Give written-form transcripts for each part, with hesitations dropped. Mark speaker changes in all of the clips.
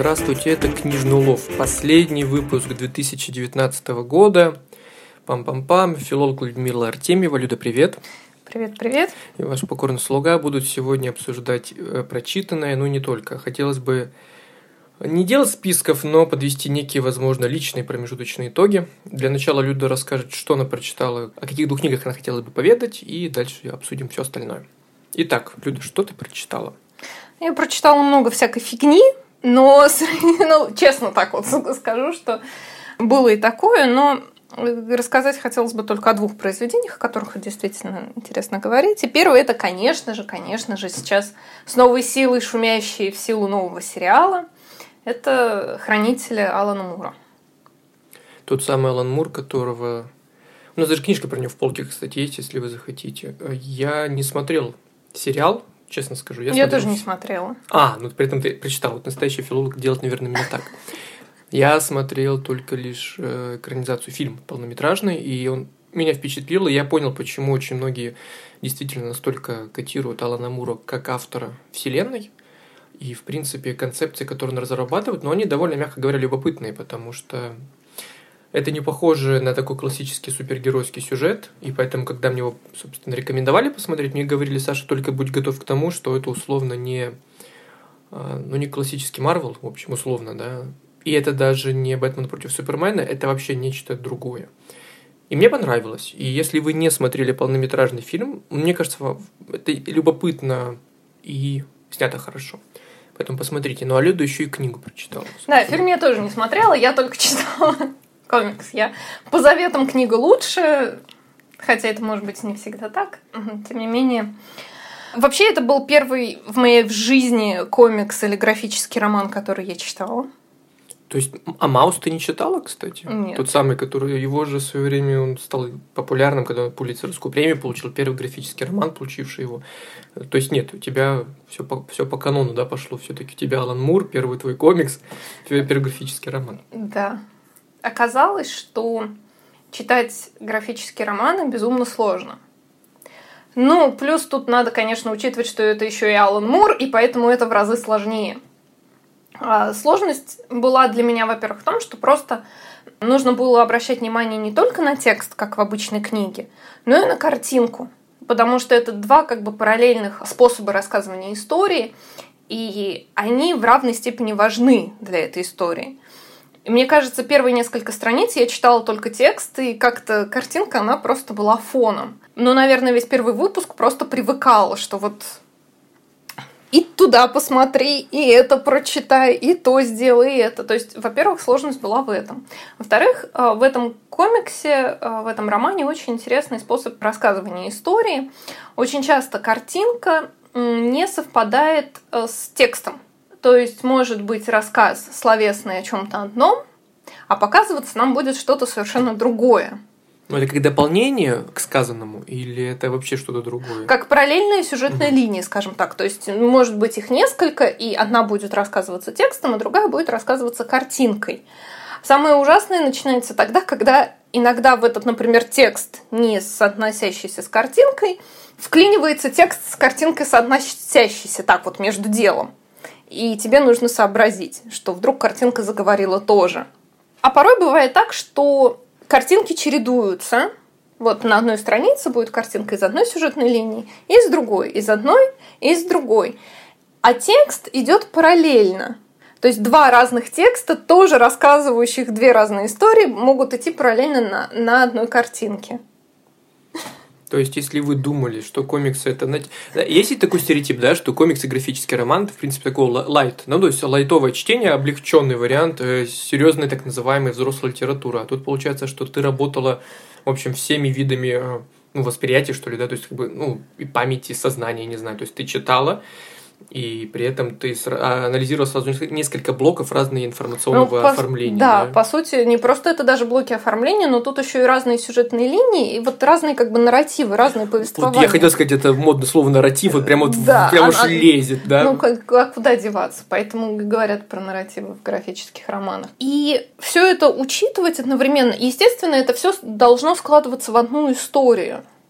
Speaker 1: Здравствуйте, это «Книжный улов», последний выпуск 2019 года. Пам-пам-пам, филолог Людмила Артемьева. Люда, привет.
Speaker 2: Привет-привет.
Speaker 1: И ваш покорный слуга будут сегодня обсуждать прочитанное, но не только. Хотелось бы не делать списков, но подвести некие, возможно, личные промежуточные итоги. Для начала Люда расскажет, что она прочитала, о каких двух книгах она хотела бы поведать, и дальше обсудим все остальное. Итак, Люда, что ты прочитала?
Speaker 2: Я прочитала много всякой фигни, но, честно так вот скажу, что было и такое, но рассказать хотелось бы только о двух произведениях, о которых действительно интересно говорить. И первое – это, конечно же, сейчас с новой силой, шумящие в силу нового сериала. Это «Хранители» Алана Мура.
Speaker 1: Тот самый Алан Мур, которого... У нас даже книжка про него в полке, кстати, есть, если вы захотите. Я не смотрел сериал, честно скажу.
Speaker 2: Я тоже не смотрела.
Speaker 1: Ну при этом ты прочитал. Вот настоящий филолог делает, наверное, именно так. Я смотрел только лишь экранизацию, фильм полнометражный, и он меня впечатлил, и я понял, почему очень многие действительно настолько котируют Алана Мура как автора вселенной. И, в принципе, концепции, которые он разрабатывает, но они довольно, мягко говоря, любопытные, потому что это не похоже на такой классический супергеройский сюжет, и поэтому, когда мне его, собственно, рекомендовали посмотреть, мне говорили: Саша, только будь готов к тому, что это условно не классический Марвел, в общем, условно, да, и это даже не Бэтмен против Супермена, это вообще нечто другое. И мне понравилось. И если вы не смотрели полнометражный фильм, мне кажется, это любопытно и снято хорошо. Поэтому посмотрите. Ну, а Люда еще и книгу прочитала.
Speaker 2: Да, фильм я тоже не смотрела, я только читала комикс. Я по заветам книга лучше, хотя это может быть не всегда так. Тем не менее. Вообще, это был первый в моей жизни комикс или графический роман, который я читала.
Speaker 1: То есть, а «Маус» ты не читала, кстати?
Speaker 2: Нет.
Speaker 1: Тот самый, который его же в свое время он стал популярным, когда он Пулитцеровскую премию получил, первый графический роман, получивший его. То есть нет, у тебя все по канону, да, пошло. Все-таки у тебя Алан Мур, первый твой комикс, первый графический роман.
Speaker 2: Да. Оказалось, что читать графические романы безумно сложно. Ну, плюс тут надо, конечно, учитывать, что это еще и Алан Мур, и поэтому это в разы сложнее. Сложность была для меня, во-первых, в том, что просто нужно было обращать внимание не только на текст, как в обычной книге, но и на картинку. Потому что это два как бы параллельных способа рассказывания истории, и они в равной степени важны для этой истории. И мне кажется, первые несколько страниц я читала только текст, и как-то картинка, она просто была фоном. Но, наверное, весь первый выпуск просто привыкала, что вот и туда посмотри, и это прочитай, и то сделай, и это. То есть, во-первых, сложность была в этом. Во-вторых, в этом комиксе, в этом романе очень интересный способ рассказывания истории. Очень часто картинка не совпадает с текстом. То есть, может быть рассказ словесный о чем-то одном, а показываться нам будет что-то совершенно другое.
Speaker 1: Ну, это как дополнение к сказанному, или это вообще что-то другое?
Speaker 2: Как параллельные сюжетные линии, скажем так. То есть, может быть, их несколько, и одна будет рассказываться текстом, а другая будет рассказываться картинкой. Самое ужасное начинается тогда, когда иногда в этот, например, текст, не соотносящийся с картинкой, вклинивается текст с картинкой, соотносящийся так вот между делом. И тебе нужно сообразить, что вдруг картинка заговорила тоже. А порой бывает так, что картинки чередуются. Вот на одной странице будет картинка из одной сюжетной линии, из другой, из одной, из другой. А текст идет параллельно. То есть два разных текста, тоже рассказывающих две разные истории, могут идти параллельно на одной картинке.
Speaker 1: То есть, если вы думали, что комиксы это... Есть такой стереотип, да, что комиксы, графический роман, это, в принципе, такой лайт. Ну, то есть, лайтовое чтение, облегченный вариант серьезной так называемой взрослой литературы. А тут получается, что ты работала, в общем, всеми видами восприятия, что ли, да, то есть, как бы, и памяти, и сознания, не знаю. То есть, ты читала, и при этом ты анализировал сразу несколько блоков разные информационного оформления.
Speaker 2: Да, по сути, не просто это даже блоки оформления, но тут еще и разные сюжетные линии, и вот разные как бы нарративы, разные повествования.
Speaker 1: Вот я хотел сказать, это модное слово нарратив, вот прямо уж лезет, да?
Speaker 2: Ну, как куда деваться, поэтому говорят про нарративы в графических романах. И все это учитывать одновременно, естественно, это все должно складываться в одну историю.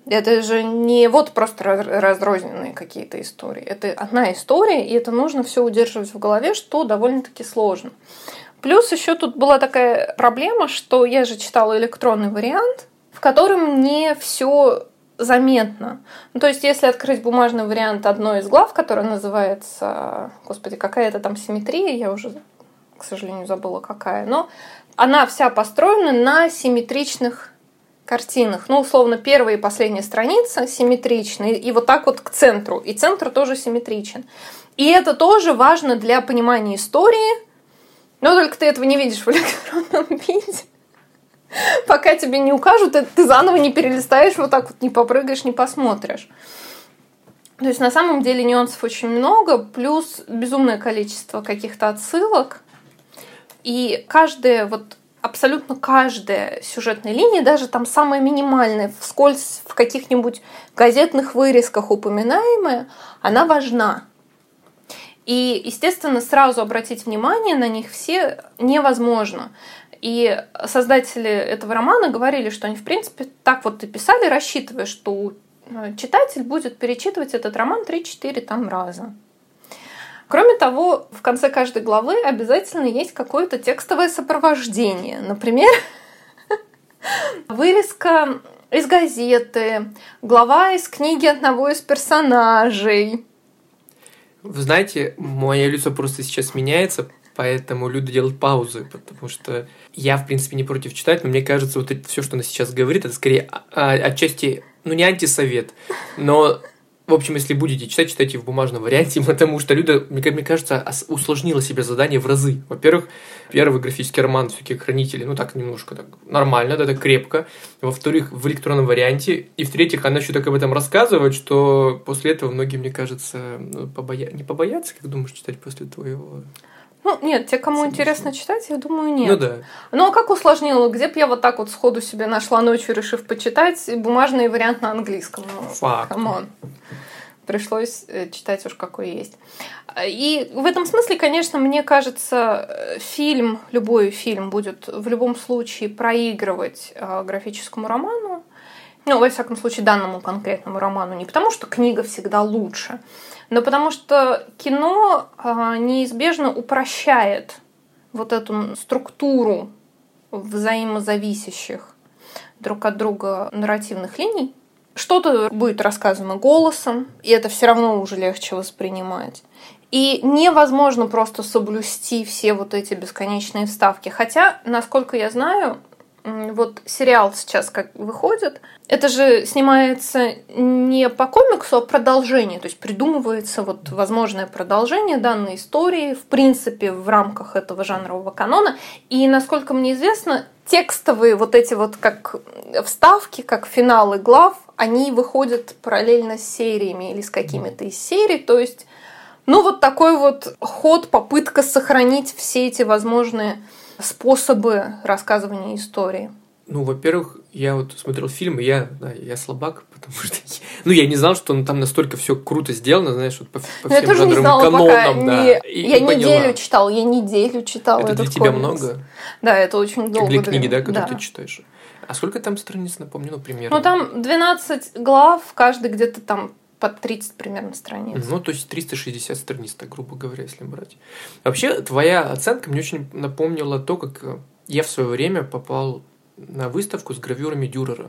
Speaker 2: Это же не вот просто разрозненные какие-то истории. Это одна история, и это нужно все удерживать в голове, что довольно-таки сложно. Плюс еще тут была такая проблема, что я же читала электронный вариант, в котором не все заметно. Ну, то есть, если открыть бумажный вариант одной из глав, которая называется, господи, какая-то там симметрия, я уже, к сожалению, забыла какая, но она вся построена на симметричных картинах. Ну, условно, первая и последняя страница симметричны, и вот так вот к центру. И центр тоже симметричен. И это тоже важно для понимания истории, но только ты этого не видишь в электронном виде. Пока тебе не укажут, ты заново не перелистаешь, вот так вот не попрыгаешь, не посмотришь. То есть, на самом деле, нюансов очень много, плюс безумное количество каких-то отсылок. И абсолютно каждая сюжетная линия, даже там самая минимальная, вскользь в каких-нибудь газетных вырезках упоминаемая, она важна. И, естественно, сразу обратить внимание на них все невозможно. И создатели этого романа говорили, что они, в принципе, так вот и писали, рассчитывая, что читатель будет перечитывать этот роман 3-4 там раза. Кроме того, в конце каждой главы обязательно есть какое-то текстовое сопровождение. Например, вырезка из газеты, глава из книги одного из персонажей.
Speaker 1: Вы знаете, мое лицо просто сейчас меняется, поэтому люди делают паузы, потому что я, в принципе, не против читать, но мне кажется, вот это все, что она сейчас говорит, это скорее отчасти, не антисовет, но... В общем, если будете читать, читайте в бумажном варианте, потому что Люда, мне кажется, усложнила себе задание в разы. Во-первых, первый графический роман «Все-таки хранители», так немножко так нормально, да, так крепко. Во-вторых, в электронном варианте. И в-третьих, она еще так об этом рассказывает, что после этого многие, мне кажется, не побоятся, как думаешь, читать после твоего...
Speaker 2: Нет, те, кому интересно читать, я думаю, нет.
Speaker 1: Да.
Speaker 2: А как усложнило? Где бы я вот так вот сходу себе нашла ночью, решив почитать бумажный вариант на английском?
Speaker 1: Факт.
Speaker 2: Камон. Пришлось читать уж какой есть. И в этом смысле, конечно, мне кажется, любой фильм будет в любом случае проигрывать графическому роману. Во всяком случае, данному конкретному роману. Не потому, что книга всегда лучше, но потому что кино неизбежно упрощает вот эту структуру взаимозависящих друг от друга нарративных линий. Что-то будет рассказано голосом, и это все равно уже легче воспринимать. И невозможно просто соблюсти все вот эти бесконечные вставки. Хотя, насколько я знаю, вот сериал сейчас как выходит, это же снимается не по комиксу, а продолжение. То есть придумывается вот возможное продолжение данной истории, в принципе, в рамках этого жанрового канона. И, насколько мне известно, текстовые вот эти вот как вставки, как финалы глав, они выходят параллельно с сериями или с какими-то из серий. То есть, вот такой вот ход, попытка сохранить все эти возможные способы рассказывания истории.
Speaker 1: Во-первых, я вот смотрел фильм, и я слабак, потому что я не знал, что там настолько все круто сделано, знаешь, вот по всем жанровым канонам.
Speaker 2: Я неделю читала
Speaker 1: это
Speaker 2: этот
Speaker 1: для тебя
Speaker 2: комикс.
Speaker 1: Много?
Speaker 2: Да, это очень долго.
Speaker 1: Для книги, да, которую ты читаешь. А сколько там страниц, напомню, примерно?
Speaker 2: Там 12 глав, каждый где-то там под 30 примерно страниц.
Speaker 1: То есть 360 страниц, так грубо говоря, если брать. Вообще, твоя оценка мне очень напомнила то, как я в свое время попал на выставку с гравюрами Дюрера.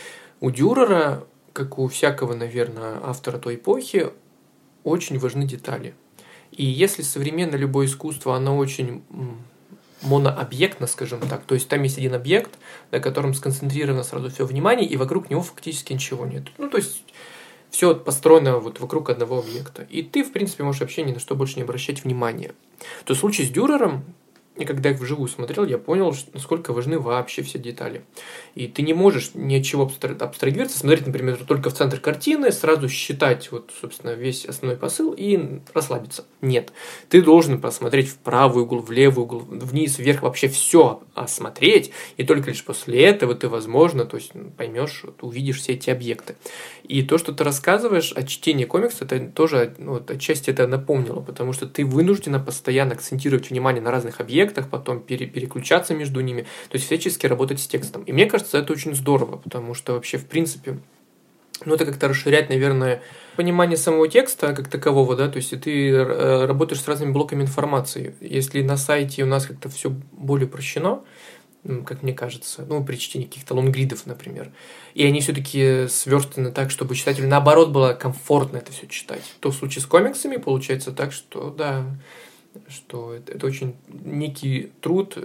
Speaker 1: У Дюрера, как у всякого, наверное, автора той эпохи, очень важны детали. И если современное любое искусство, оно очень монообъектно, скажем так, то есть там есть один объект, на котором сконцентрировано сразу все внимание, и вокруг него фактически ничего нет. То есть все построено вот вокруг одного объекта. И ты, в принципе, можешь вообще ни на что больше не обращать внимания. То в случае с Дюрером, и когда я вживую смотрел, я понял, насколько важны вообще все детали. И ты не можешь ни от чего абстрагироваться, смотреть, например, только в центр картины, сразу считать, собственно, весь основной посыл и расслабиться. Нет. Ты должен посмотреть в правый угол, в левый угол, вниз, вверх, вообще все осмотреть, и только лишь после этого ты, возможно, поймешь, увидишь все эти объекты. И то, что ты рассказываешь о чтении комикса, это тоже отчасти это напомнило, потому что ты вынуждена постоянно акцентировать внимание на разных объектах, потом переключаться между ними, то есть всячески работать с текстом. И мне кажется, это очень здорово, потому что вообще, в принципе, Ну, это как-то расширять, наверное, понимание самого текста как такового, да, то есть ты работаешь с разными блоками информации. Если на сайте у нас как-то все более упрощено, как мне кажется, ну, при чтении каких-то лонгридов, например, и они все-таки сверстаны так, чтобы читателю, наоборот, было комфортно это все читать, то в случае с комиксами получается так, что, да, что это очень некий труд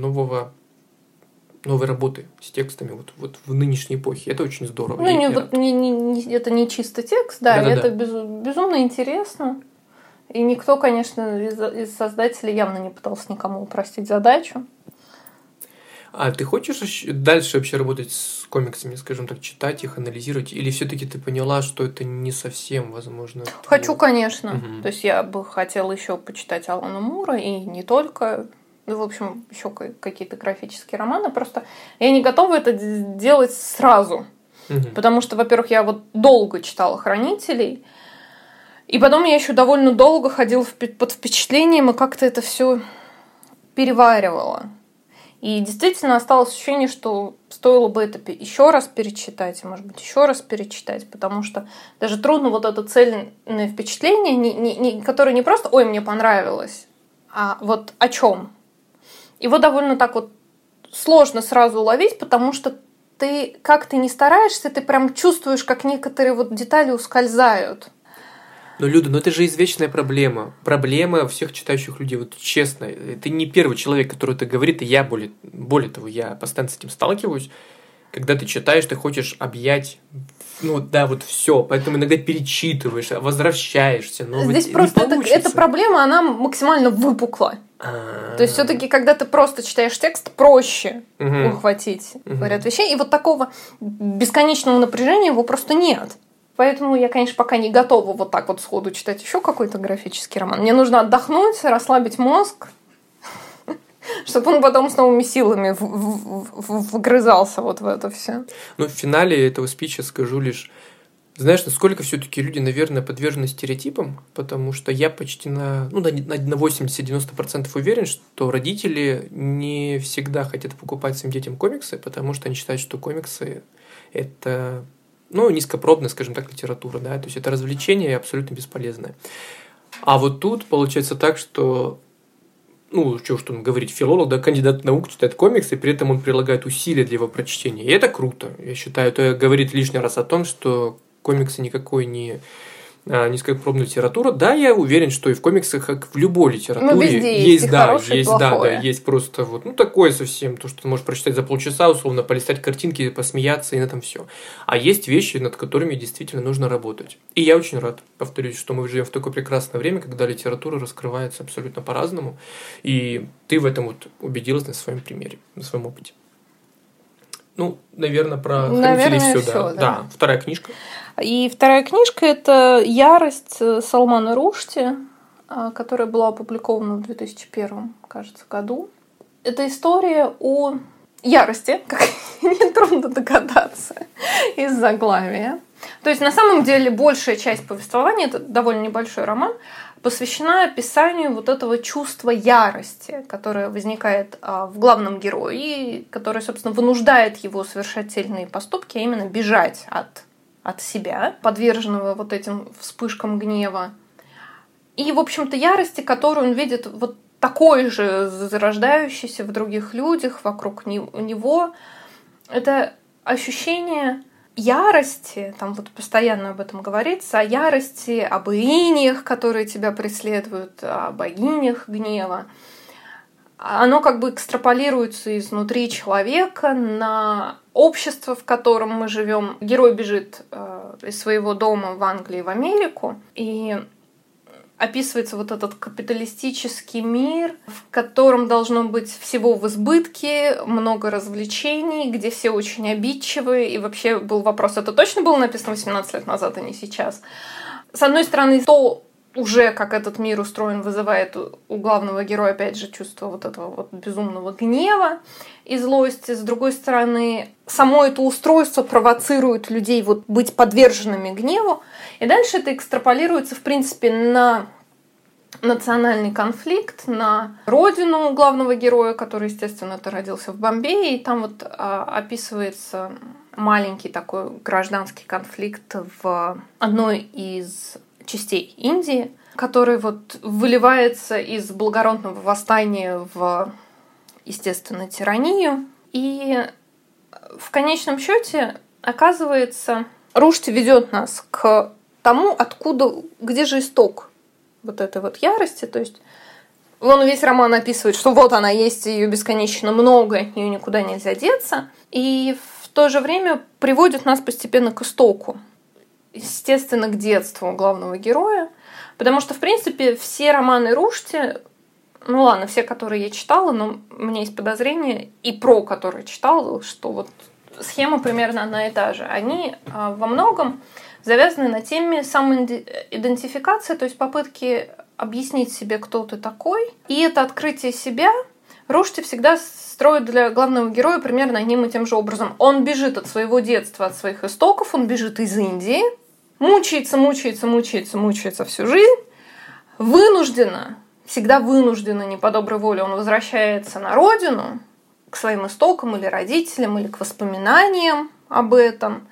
Speaker 1: новой работы с текстами вот в нынешней эпохе. Это очень здорово.
Speaker 2: Ну, это не чисто текст, да,
Speaker 1: Да-да-да.
Speaker 2: это безумно интересно. И никто, конечно, из создателей явно не пытался никому упростить задачу.
Speaker 1: А ты хочешь дальше вообще работать с комиксами, скажем так, читать их, анализировать? Или все-таки ты поняла, что это не совсем возможно?
Speaker 2: Хочу, конечно.
Speaker 1: Угу.
Speaker 2: То есть я бы хотела еще почитать Алана Мура, и не только. Ну, в общем, еще какие-то графические романы. Просто я не готова это делать сразу.
Speaker 1: Угу.
Speaker 2: Потому что, во-первых, я вот долго читала «Хранителей», и потом я еще довольно долго ходила под впечатлением и как-то это все переваривала. И действительно осталось ощущение, что стоило бы это еще раз перечитать, и, может быть, еще раз перечитать, потому что даже трудно вот это цельное впечатление, которое не просто «ой, мне понравилось», а вот о чем. Его довольно так вот сложно сразу уловить, потому что ты, как ты не стараешься, ты прям чувствуешь, как некоторые вот детали ускользают.
Speaker 1: Но, Люда, это же извечная проблема. Проблема всех читающих людей. Вот честно, ты не первый человек, который это говорит, и я, более того, я постоянно с этим сталкиваюсь. Когда ты читаешь, ты хочешь объять, вот все. Поэтому иногда перечитываешь, возвращаешься. Но
Speaker 2: здесь просто эта проблема, она максимально выпукла. То есть все-таки, когда ты просто читаешь текст, проще ухватить ряд вещей. И вот такого бесконечного напряжения его просто нет. Поэтому я, конечно, пока не готова вот так вот сходу читать еще какой-то графический роман. Мне нужно отдохнуть, расслабить мозг, чтобы он потом с новыми силами вгрызался вот в это все.
Speaker 1: Ну, в финале этого спича скажу лишь, знаешь, насколько все-таки люди, наверное, подвержены стереотипам, потому что я почти на 80-90% уверен, что родители не всегда хотят покупать своим детям комиксы, потому что они считают, что комиксы – это... низкопробная, скажем так, литература, да, то есть это развлечение абсолютно бесполезное. А вот тут получается так, что, что он говорит, филолог, да, кандидат наук читает комиксы, и при этом он прилагает усилия для его прочтения. И это круто, я считаю. Это говорит лишний раз о том, что комиксы никакой не низкопробная литература. Да, я уверен, что и в комиксах, как в любой литературе,
Speaker 2: есть хорошее,
Speaker 1: есть просто такое совсем, то, что ты можешь прочитать за полчаса, условно, полистать картинки, посмеяться, и на этом все. А есть вещи, над которыми действительно нужно работать. И я очень рад, повторюсь, что мы живем в такое прекрасное время, когда литература раскрывается абсолютно по-разному, и ты в этом убедилась на своем примере, на своем опыте. Наверное, про «Хранителей» все, да. Вторая книжка.
Speaker 2: И вторая книжка – это «Ярость» Салмана Рушди, которая была опубликована в 2001, кажется, году. Это история о ярости, как нетрудно догадаться из заглавия. То есть, на самом деле, большая часть повествования, это довольно небольшой роман, посвящена описанию вот этого чувства ярости, которое возникает в главном герое, и которое, собственно, вынуждает его совершать сильные поступки, а именно бежать от себя, подверженного вот этим вспышкам гнева. И, в общем-то, ярости, которую он видит вот такой же зарождающийся в других людях, вокруг него. Это ощущение ярости, там вот постоянно об этом говорится, о ярости, о богинях, которые тебя преследуют, о богинях гнева. Оно как бы экстраполируется изнутри человека на общество, в котором мы живем. Герой бежит из своего дома в Англии в Америку, и описывается вот этот капиталистический мир, в котором должно быть всего в избытке, много развлечений, где все очень обидчивые. И вообще был вопрос, это точно было написано 18 лет назад, а не сейчас? С одной стороны, то уже как этот мир устроен, вызывает у главного героя, опять же, чувство вот этого вот безумного гнева и злости. С другой стороны, само это устройство провоцирует людей вот быть подверженными гневу. И дальше это экстраполируется, в принципе, на национальный конфликт, на родину главного героя, который, естественно, родился в Бомбее. И там вот описывается маленький такой гражданский конфликт в одной из частей Индии, который вот выливается из благородного восстания в, естественно, тиранию. И в конечном счете, оказывается, Рушди ведет нас к тому, где же исток вот этой вот ярости. То есть он весь роман описывает, что вот она есть, ее бесконечно много, от нее никуда нельзя деться. И в то же время приводит нас постепенно к истоку. Естественно, к детству главного героя. Потому что, в принципе, все романы Рушди, ну ладно, все, которые я читала, но у меня есть подозрение, и про которые читала, что вот схема примерно одна и та же. Они во многом завязаны на теме самоидентификации, то есть попытки объяснить себе, кто ты такой. И это открытие себя Рушди всегда строит для главного героя примерно одним и тем же образом. Он бежит от своего детства, от своих истоков, он бежит из Индии, мучается всю жизнь, всегда вынужденно, не по доброй воле, он возвращается на родину, к своим истокам или родителям, или к воспоминаниям об этом,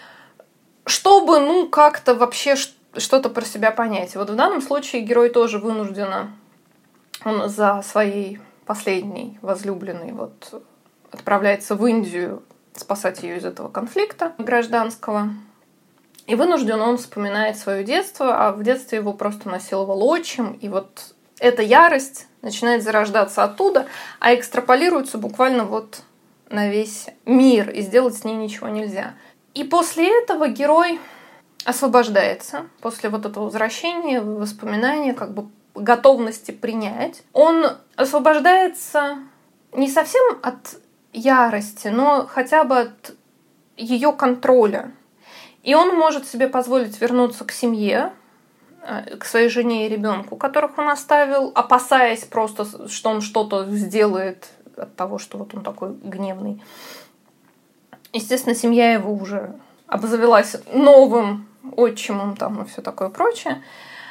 Speaker 2: чтобы, как-то вообще что-то про себя понять. И вот в данном случае герой тоже вынужденно, он за своей последней возлюбленной отправляется в Индию спасать ее из этого конфликта гражданского. И вынужден он вспоминает свое детство, а в детстве его просто насиловал отчим. И вот эта ярость начинает зарождаться оттуда, а экстраполируется буквально на весь мир, и сделать с ней ничего нельзя. И после этого герой освобождается, после этого возвращения, воспоминания, готовности принять. Он освобождается не совсем от ярости, но хотя бы от ее контроля. И он может себе позволить вернуться к семье, к своей жене и ребенку, которых он оставил, опасаясь просто, что он что-то сделает от того, что он такой гневный. Естественно, семья его уже обзавелась новым отчимом и все такое прочее.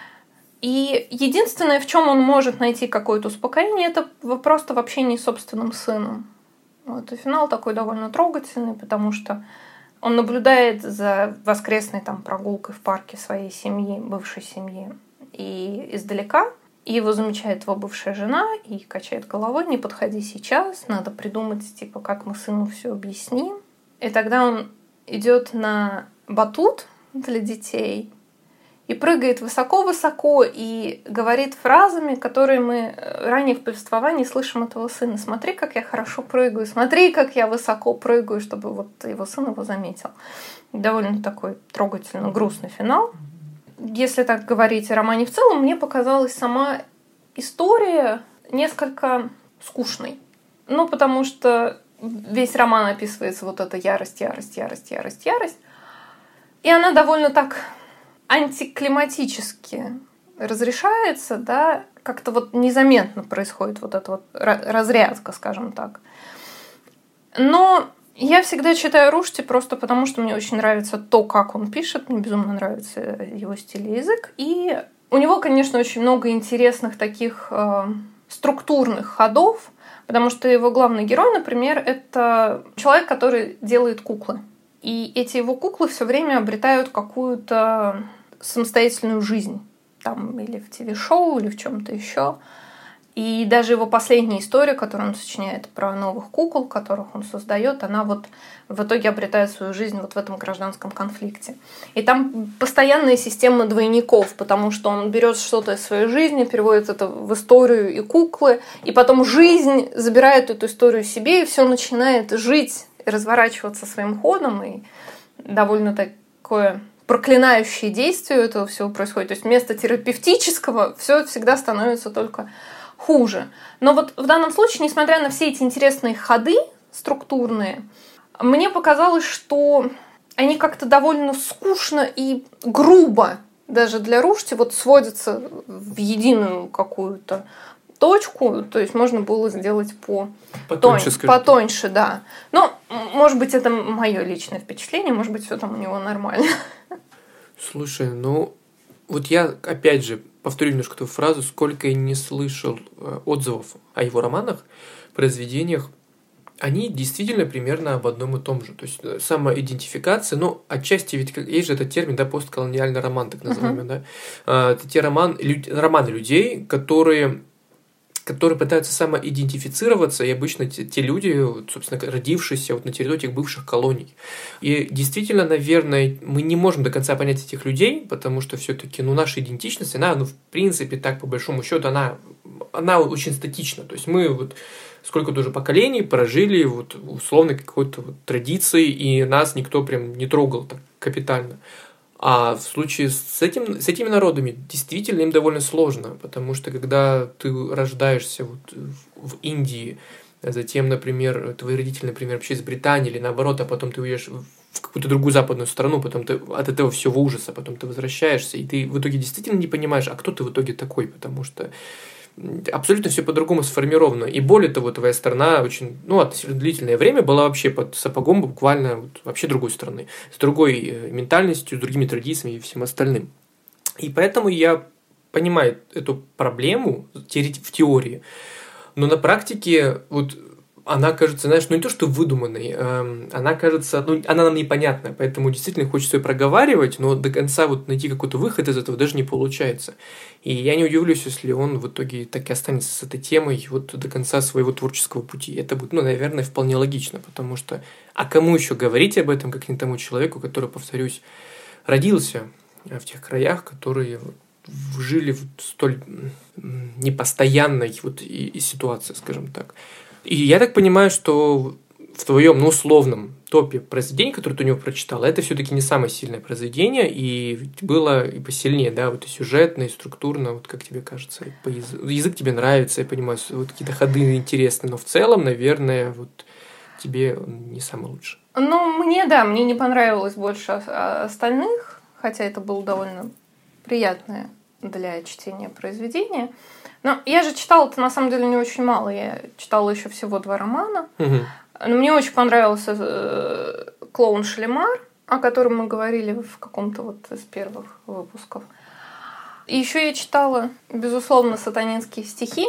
Speaker 2: И единственное, в чем он может найти какое-то успокоение, это просто в общении с собственным сыном. И финал такой довольно трогательный, потому что он наблюдает за воскресной прогулкой в парке своей семьи, бывшей семьи, и издалека. И его замечает его бывшая жена и качает головой: не подходи сейчас, надо придумать, как мы сыну все объясним. И тогда он идет на батут для детей и прыгает высоко-высоко и говорит фразами, которые мы ранее в повествовании слышим от его сына. Смотри, как я хорошо прыгаю, смотри, как я высоко прыгаю, чтобы его сын его заметил. Довольно такой трогательно грустный финал. Если так говорить о романе в целом, мне показалась сама история несколько скучной. Потому что весь роман описывается эта ярость. И она довольно так антиклиматически разрешается, да, как-то незаметно происходит эта разрядка, скажем так. Но я всегда читаю Рушди просто потому, что мне очень нравится то, как он пишет, мне безумно нравится его стиль и язык. И у него, конечно, очень много интересных таких структурных ходов, потому что его главный герой, например, это человек, который делает куклы. И эти его куклы все время обретают какую-то самостоятельную жизнь. Или в ТВ-шоу, или в чем-то еще. И даже его последняя история, которую он сочиняет про новых кукол, которых он создает, она в итоге обретает свою жизнь в этом гражданском конфликте. И там постоянная система двойников, потому что он берет что-то из своей жизни, переводит это в историю и куклы, и потом жизнь забирает эту историю себе, и все начинает жить и разворачиваться своим ходом, и довольно такое проклинающее действие этого всего происходит. То есть вместо терапевтического все всегда становится только хуже. Но в данном случае, несмотря на все эти интересные ходы структурные, мне показалось, что они как-то довольно скучно и грубо даже для Рушди сводятся в единую какую-то точку, то есть можно было сделать потоньше, да. Но, может быть, это мое личное впечатление, может быть, все там у него нормально.
Speaker 1: Слушай, я, опять же, повторю немножко твою фразу, сколько я не слышал отзывов о его романах, произведениях, они действительно примерно об одном и том же. То есть самоидентификация, ну, отчасти ведь есть же этот термин, да, постколониальный роман, так называемый, да. Это те романы людей, которые пытаются самоидентифицироваться, и обычно те люди, собственно, родившиеся вот на территории этих бывших колоний. И действительно, наверное, мы не можем до конца понять этих людей, потому что все-таки, ну, наша идентичность, она, ну, в принципе, так, по большому счету, она очень статична. То есть мы вот сколько-то уже поколений прожили вот условно какой-то вот традиции, и нас никто прям не трогал так капитально. А в случае с этими народами действительно им довольно сложно, потому что когда ты рождаешься вот в Индии, затем, например, твои родители, например, вообще из Британии или наоборот, а потом ты уедешь в какую-то другую западную страну, потом ты от этого всего ужаса, потом ты возвращаешься, и ты в итоге действительно не понимаешь, а кто ты в итоге такой, потому что абсолютно все по-другому сформировано. И более того, твоя страна очень, ну, относительно длительное время была вообще под сапогом буквально вот, вообще другой страны, с другой ментальностью, с другими традициями и всем остальным. И поэтому я понимаю эту проблему в теории, но на практике вот она кажется, знаешь, ну не то, что выдуманной, она кажется, ну, она нам непонятна, поэтому действительно хочется ее проговаривать, но до конца вот найти какой-то выход из этого даже не получается. И я не удивлюсь, если он в итоге так и останется с этой темой вот до конца своего творческого пути. Это будет, ну, наверное, вполне логично, потому что, а кому еще говорить об этом, как не тому человеку, который, повторюсь, родился в тех краях, которые жили в столь непостоянной вот и ситуации, скажем так. И я так понимаю, что в твоем, ну, условном топе произведений, которые ты у него прочитала, это все-таки не самое сильное произведение, и было и посильнее, да, вот и сюжетно, и структурно, вот как тебе кажется, язык тебе нравится, я понимаю, вот какие-то ходы интересные, но в целом, наверное, вот тебе не самый лучший.
Speaker 2: Ну, мне не понравилось больше остальных, хотя это было довольно приятное для чтения произведение. Но я же читала-то на самом деле не очень мало. Я читала еще всего 2 романа. Но мне очень понравился «Клоун Шалимар», о котором мы говорили в каком-то вот из первых выпусков. И еще я читала, безусловно, сатанинские стихи,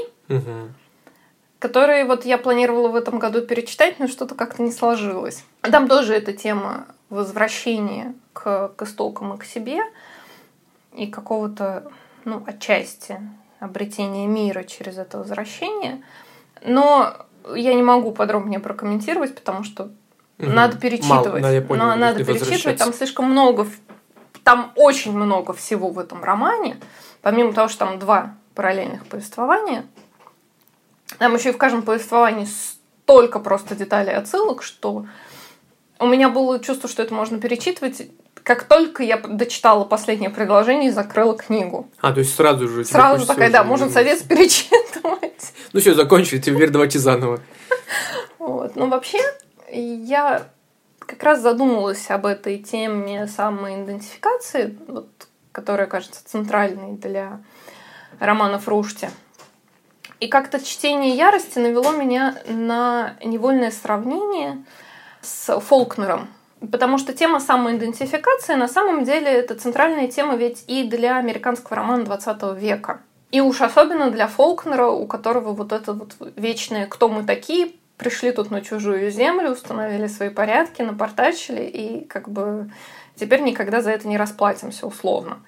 Speaker 2: которые вот я планировала в этом году перечитать, но что-то как-то не сложилось. Там тоже эта тема возвращения к истокам и к себе, и какого-то, ну, отчасти обретения мира через это возвращение. Но я не могу подробнее прокомментировать, потому что надо перечитывать.
Speaker 1: Мало, я понял,
Speaker 2: надо перечитывать, там слишком много, там очень много всего в этом романе. Помимо того, что там 2 параллельных повествования, там еще и в каждом повествовании столько просто деталей, отсылок, что у меня было чувство, что это можно перечитывать, как только я дочитала последнее предложение и закрыла книгу.
Speaker 1: То есть сразу же?
Speaker 2: Сразу такая, да, можно садиться перечитывать.
Speaker 1: Ну все, закончили, теперь давайте заново.
Speaker 2: Вот. Но вообще, я как раз задумалась об этой теме самоидентификации, вот, которая кажется центральной для романов Рушти. И как-то чтение «Ярости» навело меня на невольное сравнение с Фолкнером. Потому что тема самоидентификации на самом деле это центральная тема ведь и для американского романа 20 века. И уж особенно для Фолкнера, у которого вот это вот вечное «кто мы такие?», пришли тут на чужую землю, установили свои порядки, напортачили, и как бы теперь никогда за это не расплатимся условно.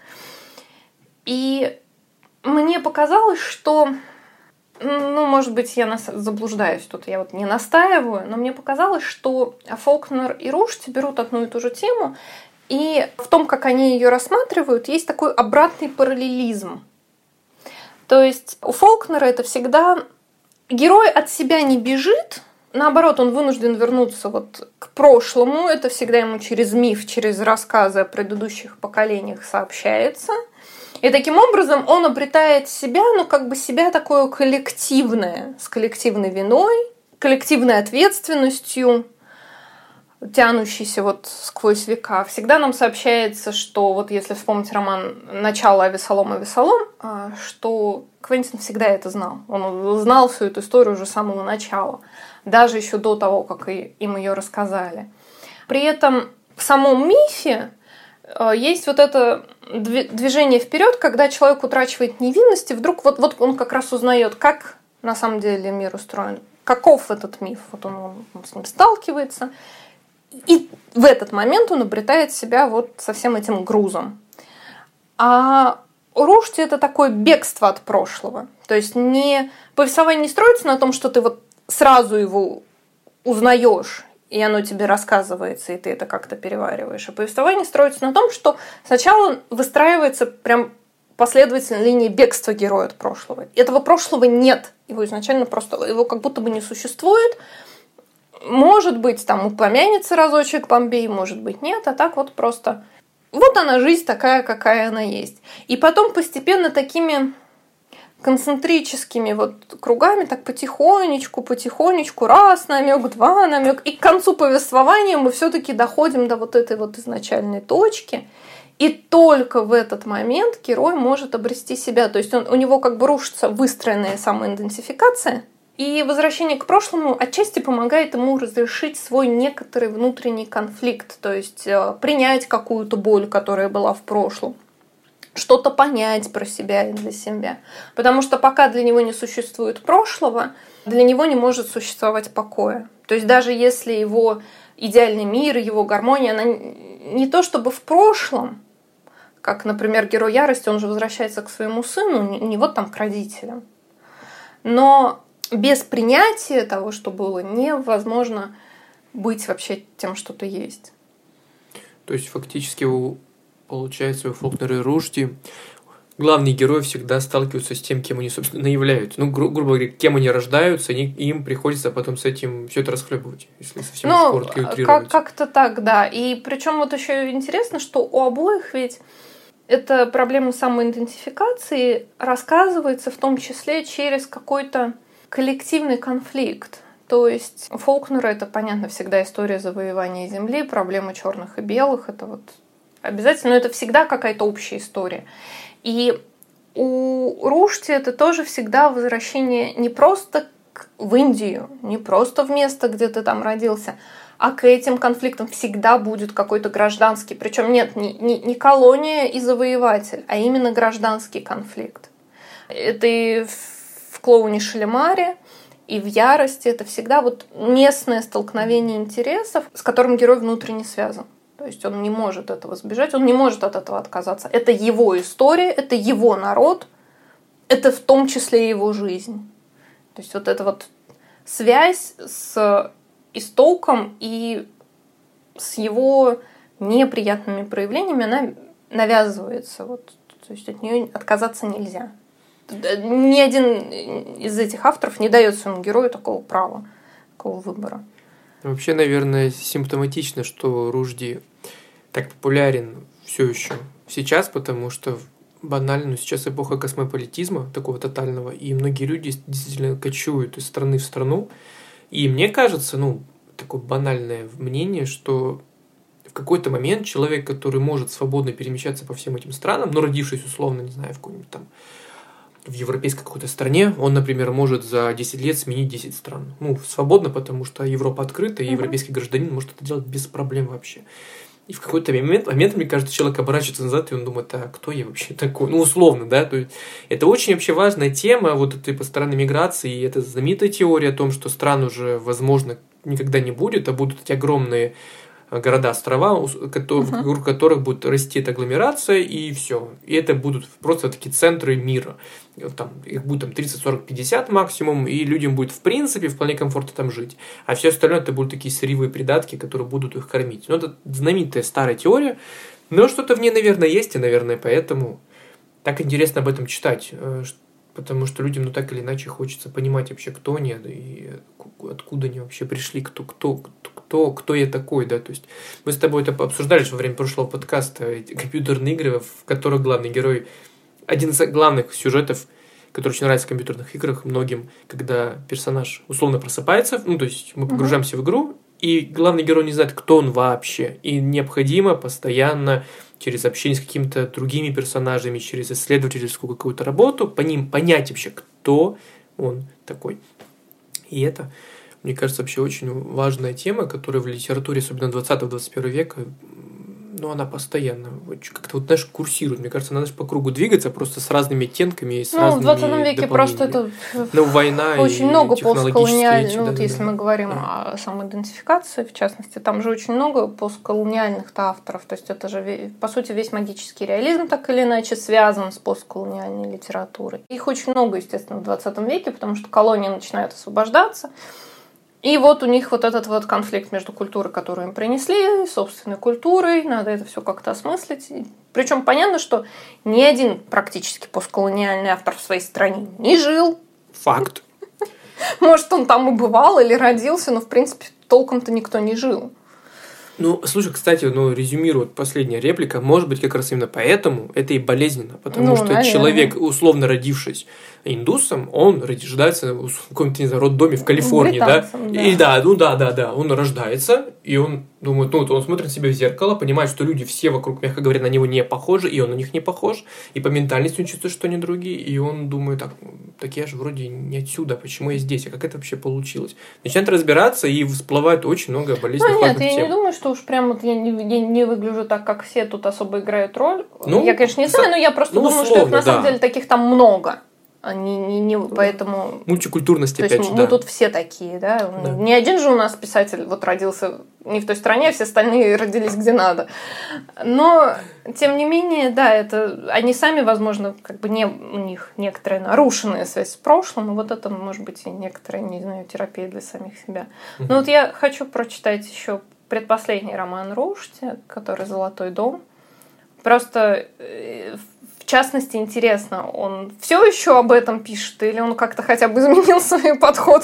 Speaker 2: И мне показалось, что... Ну, может быть, я заблуждаюсь тут, я вот не настаиваю, но мне показалось, что Фолкнер и Рушти берут одну и ту же тему, и в том, как они ее рассматривают, есть такой обратный параллелизм. То есть у Фолкнера это всегда герой от себя не бежит, наоборот, он вынужден вернуться вот к прошлому, это всегда ему через миф, через рассказы о предыдущих поколениях сообщается. И таким образом он обретает себя, ну, как бы себя такое коллективное, с коллективной виной, коллективной ответственностью, тянущейся вот сквозь века. Всегда нам сообщается, что вот если вспомнить роман «Начало Авесолом», что Квентин всегда это знал. Он знал всю эту историю уже с самого начала, даже еще до того, как им ее рассказали. При этом в самом мифе есть вот это движение вперед, когда человек утрачивает невинность, и вдруг вот он как раз узнает, как на самом деле мир устроен, каков этот миф. Вот он с ним сталкивается, и в этот момент он обретает себя вот со всем этим грузом. А Рушди — это такое бегство от прошлого. То есть повествование не строится на том, что ты вот сразу его узнаешь, и оно тебе рассказывается, и ты это как-то перевариваешь. А повествование строится на том, что сначала выстраивается прям последовательная линия бегства героя от прошлого. Этого прошлого нет. Его изначально его как будто бы не существует. Может быть, там упомянется разочек Помпей, может быть, нет. А так вот просто... Вот она, жизнь такая, какая она есть. И потом постепенно такими концентрическими вот кругами, так потихонечку, раз намек, два намек. И к концу повествования мы все-таки доходим до вот этой вот изначальной точки. И только в этот момент герой может обрести себя. То есть у него как бы рушится выстроенная самоидентификация. И возвращение к прошлому отчасти помогает ему разрешить свой некоторый внутренний конфликт. То есть принять какую-то боль, которая была в прошлом. Что-то понять про себя и для себя. Потому что пока для него не существует прошлого, для него не может существовать покоя. То есть даже если его идеальный мир, его гармония, она не то чтобы в прошлом, как, например, герой ярости, он же возвращается к своему сыну, не вот там к родителям. Но без принятия того, что было, невозможно быть вообще тем, что ты есть.
Speaker 1: То есть фактически получается, у Фолкнера и Рушди главные герои всегда сталкиваются с тем, кем они, собственно, являются. Ну, грубо говоря, кем они рождаются, им приходится потом с этим все это расхлебывать, если совсем коротко и утрировать.
Speaker 2: Как-то так, да. И причем вот еще интересно, что у обоих ведь эта проблема самоидентификации рассказывается в том числе через какой-то коллективный конфликт. То есть у Фолкнера это, понятно, всегда история завоевания Земли, проблемы черных и белых, это вот обязательно, но это всегда какая-то общая история. И у Рушди это тоже всегда возвращение не просто в Индию, не просто в место, где ты там родился, а к этим конфликтам всегда будет какой-то гражданский. Причем нет, не колония и завоеватель, а именно гражданский конфликт. Это и в «Клоуне Шалимаре», и в «Ярости» это всегда вот местное столкновение интересов, с которым герой внутренне связан. То есть он не может этого сбежать, он не может от этого отказаться. Это его история, это его народ, это в том числе и его жизнь. То есть вот эта вот связь с истоком и с его неприятными проявлениями, она навязывается. Вот. То есть от нее отказаться нельзя. Ни один из этих авторов не дает своему герою такого права, такого выбора.
Speaker 1: Вообще, наверное, симптоматично, что Рушди так популярен все еще сейчас, потому что банально сейчас эпоха космополитизма, такого тотального, и многие люди действительно кочуют из страны в страну. И мне кажется, такое банальное мнение, что в какой-то момент человек, который может свободно перемещаться по всем этим странам, но родившись условно, не знаю, в какой-нибудь там в европейской какой-то стране, он, например, может за 10 лет сменить 10 стран. Свободно, потому что Европа открыта, и европейский гражданин может это делать без проблем вообще. И в какой-то момент, мне кажется, человек оборачивается назад, и он думает, а кто я вообще такой? Условно, да? То есть это очень вообще важная тема, вот этой постоянной миграции, и это знаменитая теория о том, что стран уже, возможно, никогда не будет, а будут эти огромные города-острова, вокруг которых будет расти эта агломерация, и все. И это будут просто такие центры мира. Их будет 30, 40, 50 максимум, и людям будет в принципе вполне комфортно там жить. А все остальное это будут такие сырьевые придатки, которые будут их кормить. Это знаменитая старая теория, но что-то в ней, наверное, есть, и, наверное, поэтому так интересно об этом читать. Потому что людям, так или иначе, хочется понимать вообще, кто они, и откуда они вообще пришли, кто я такой, да, то есть мы с тобой это обсуждали во время прошлого подкаста, эти компьютерные игры, в которых главный герой, один из главных сюжетов, который очень нравится в компьютерных играх многим, когда персонаж условно просыпается, то есть мы погружаемся в игру, и главный герой не знает, кто он вообще, и необходимо постоянно через общение с какими-то другими персонажами, через исследовательскую какую-то работу, по ним понять вообще, кто он такой. И это, мне кажется, вообще очень важная тема, которая в литературе, особенно 20-21 века, Ну, она постоянно как-то вот, знаешь, курсирует. Мне кажется, надо же по кругу двигаться просто с разными оттенками и с разными
Speaker 2: в 20 веке просто это
Speaker 1: война
Speaker 2: очень
Speaker 1: и
Speaker 2: много
Speaker 1: технологические
Speaker 2: постколониальных, если мы говорим о самоидентификации, в частности, там же очень много постколониальных авторов. То есть это же, по сути, весь магический реализм так или иначе связан с постколониальной литературой. Их очень много, естественно, в 20 веке, потому что колонии начинают освобождаться. И вот у них вот этот вот конфликт между культурой, которую им принесли, и собственной культурой. Надо это все как-то осмыслить. Причем понятно, что ни один практически постколониальный автор в своей стране не жил.
Speaker 1: Факт.
Speaker 2: Может, он там и бывал или родился, но, в принципе, толком-то никто не жил.
Speaker 1: Ну, слушай, кстати, резюмирую, вот последняя реплика, может быть, как раз именно поэтому это и болезненно, потому что
Speaker 2: наверное.
Speaker 1: Человек, условно родившись индусом, он рождается в каком-то, не знаю, роддоме в Калифорнии, да? И да, он рождается, и он думает, он смотрит на себя в зеркало, понимает, что люди все вокруг, мягко говоря, на него не похожи, и он на них не похож, и по ментальности он чувствует, что они другие, и он думает, так я же вроде не отсюда, почему я здесь, а как это вообще получилось? Начинает разбираться, и всплывает очень много болезненных важных тем.
Speaker 2: Нет, я не думаю, что уж прям вот я не выгляжу так, как все тут особо играют роль. Я, конечно, не знаю, но я просто думаю, что их на самом деле таких там много. Поэтому...
Speaker 1: Мультикультурность опять же,
Speaker 2: мы тут все такие, да? Не один же у нас писатель вот родился не в той стране, а все остальные родились где надо. Но, тем не менее, да, это они сами, возможно, как бы у них некоторая нарушенная связь с прошлым, но вот это, может быть, и некоторая, не знаю, терапия для самих себя. Но вот я хочу прочитать еще предпоследний роман Рушти, который «Золотой дом». Просто... В частности, интересно, он все еще об этом пишет, или он как-то хотя бы изменил свой подход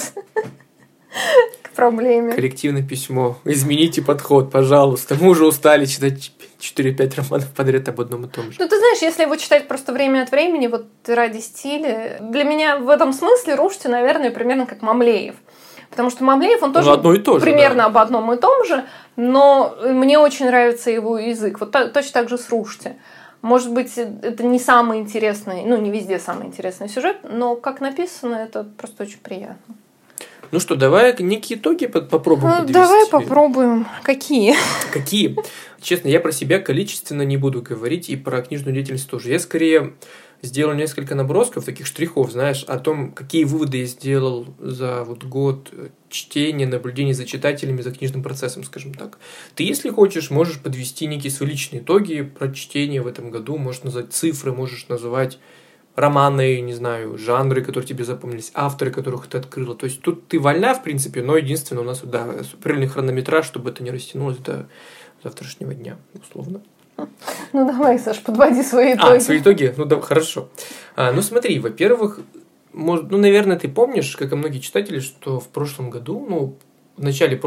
Speaker 2: к проблеме?
Speaker 1: Коллективное письмо. Измените подход, пожалуйста. Мы уже устали читать 4-5 романов подряд об одном и том же.
Speaker 2: Ну, ты знаешь, если его читать просто время от времени, вот ради стиля, для меня в этом смысле Рушти, наверное, примерно как Мамлеев. Потому что Мамлеев, он тоже
Speaker 1: одно и то же,
Speaker 2: примерно об одном и том же, но мне очень нравится его язык. Вот точно так же с Рушти. Может быть, это не самый интересный, не везде самый интересный сюжет, но как написано, это просто очень приятно.
Speaker 1: Ну что, давай некие итоги попробуем подвести.
Speaker 2: Давай попробуем. Какие?
Speaker 1: Какие? Честно, я про себя количественно не буду говорить, и про книжную деятельность тоже. Я скорее сделал несколько набросков, таких штрихов, знаешь, о том, какие выводы я сделал за год чтения, наблюдений за читателями, за книжным процессом, скажем так. Ты, если хочешь, можешь подвести некие свои личные итоги про чтение в этом году, можешь назвать цифры, можешь называть романы, не знаю, жанры, которые тебе запомнились, авторы, которых ты открыла. То есть тут ты вольна, в принципе, но единственное, у нас определенный хронометраж, чтобы это не растянулось до завтрашнего дня, условно.
Speaker 2: Ну, давай, Саш, подводи свои итоги.
Speaker 1: Свои итоги? Ну, да, хорошо. Смотри, во-первых, наверное, ты помнишь, как и многие читатели, что в прошлом году, в начале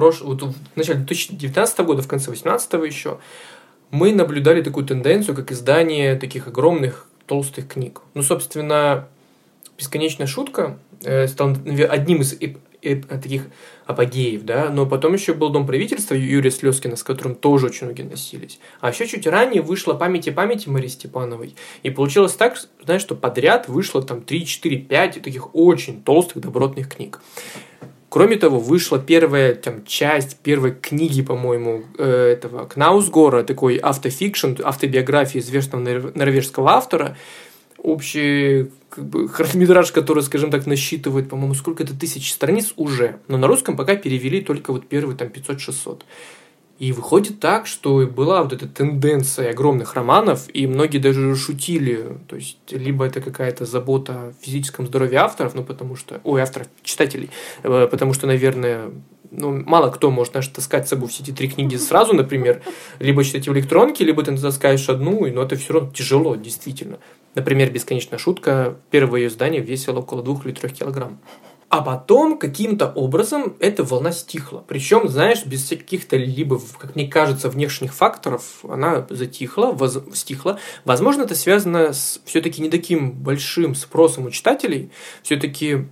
Speaker 1: 2019 года, в конце 2018 еще, мы наблюдали такую тенденцию, как издание таких огромных толстых книг. Собственно, «Бесконечная шутка» стал одним из таких апогеев, да, но потом еще был «Дом правительства» Юрия Слезкина, с которым тоже очень многие носились. А еще чуть ранее вышла «Память о памяти» Марии Степановой. И получилось так, знаешь, что подряд вышло там 3, 4, 5 таких очень толстых добротных книг. Кроме того, вышла первая часть первой книги, по-моему, этого Кнаусгора, такой автофикшн, автобиографии известного норвежского автора. Общий хронометраж, который, скажем так, насчитывает, по-моему, сколько-то тысяч страниц уже. Но на русском пока перевели только первые 500-600. И выходит так, что была эта тенденция огромных романов, и многие даже шутили, то есть, либо это какая-то забота о физическом здоровье авторов, авторов, читателей, потому что, наверное, мало кто может, таскать с собой все эти 3 книги сразу, например, либо читать в электронке, либо ты таскаешь одну, но это все равно тяжело, действительно. Например, «Бесконечная шутка», первое ее издание весило около 2 или 3 килограмм. А потом каким-то образом эта волна стихла. Причем, знаешь, без каких-то либо, как мне кажется, внешних факторов она стихла. Возможно, это связано с все-таки не таким большим спросом у читателей. Все-таки,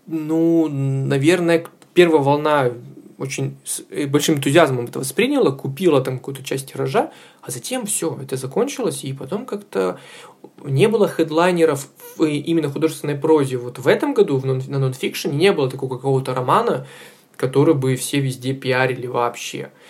Speaker 1: наверное, первая волна очень с большим энтузиазмом это восприняла, купила какую-то часть тиража, а затем все, это закончилось, и потом как-то не было хедлайнеров в именно художественной прозе. В этом году на нонфикшене не было такого какого-то романа, который бы все везде пиарили вообще.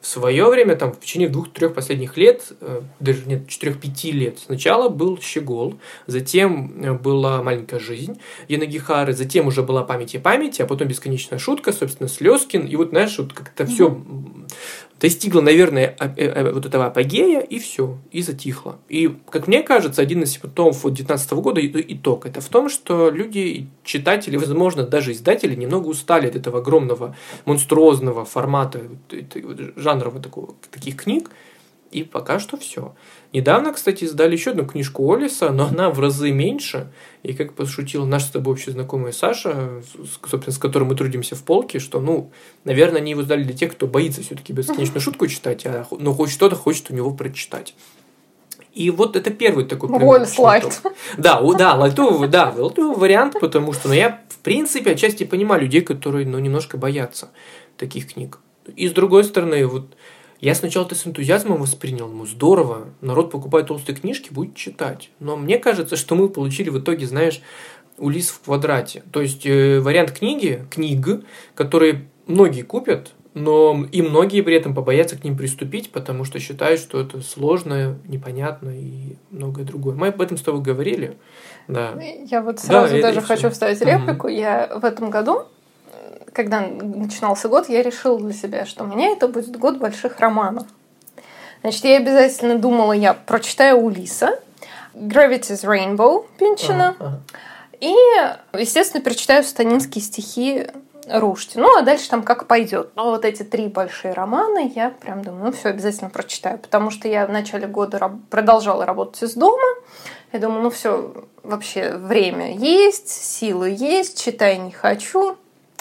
Speaker 1: В свое время, там, в течение 2-3 последних лет, даже нет, 4-5 лет, сначала был «Щегол», затем была «Маленькая жизнь» Яны Гихары, затем уже была «Память и память», а потом «Бесконечная шутка», собственно, Слезкин. И вот, знаешь, вот как-то все достигло, наверное, вот этого апогея, и все, и затихло. И, как мне кажется, один из симптомов 2019 года итог. Это в том, что люди, читатели, возможно, даже издатели немного устали от этого огромного, монструозного формата жанра таких книг, и пока что все. Недавно, кстати, издали еще одну книжку Олиса, но она в разы меньше. И как пошутил наш с тобой общий знакомый Саша, собственно, с которым мы трудимся в полке, что, наверное, они его издали для тех, кто боится все-таки бесконечную шутку читать, но хоть что-то хочет у него прочитать. И вот это первый такой пример.
Speaker 2: Олис лайт.
Speaker 1: Да, лайтовый вариант, потому что я, в принципе, отчасти понимаю людей, которые, немножко боятся таких книг. И с другой стороны, я сначала это с энтузиазмом воспринял, здорово, народ покупает толстые книжки, будет читать. Но мне кажется, что мы получили в итоге, знаешь, Улисс в квадрате. То есть вариант книг, которые многие купят, но и многие при этом побоятся к ним приступить, потому что считают, что это сложно, непонятно и многое другое. Мы об этом с тобой говорили. Да.
Speaker 2: Я сразу даже хочу вставить реплику. Я в этом году, когда начинался год, я решила для себя, что у меня это будет год больших романов. Значит, я обязательно думала, я прочитаю Улисса, Gravity's Rainbow Пинчина, и, естественно, перечитаю сатанинские стихи Рушти. А дальше там как пойдет. Но вот эти 3 большие романа я прям думаю, все обязательно прочитаю, потому что я в начале года продолжала работать из дома. Я думаю, все, вообще время есть, силы есть, читать не хочу.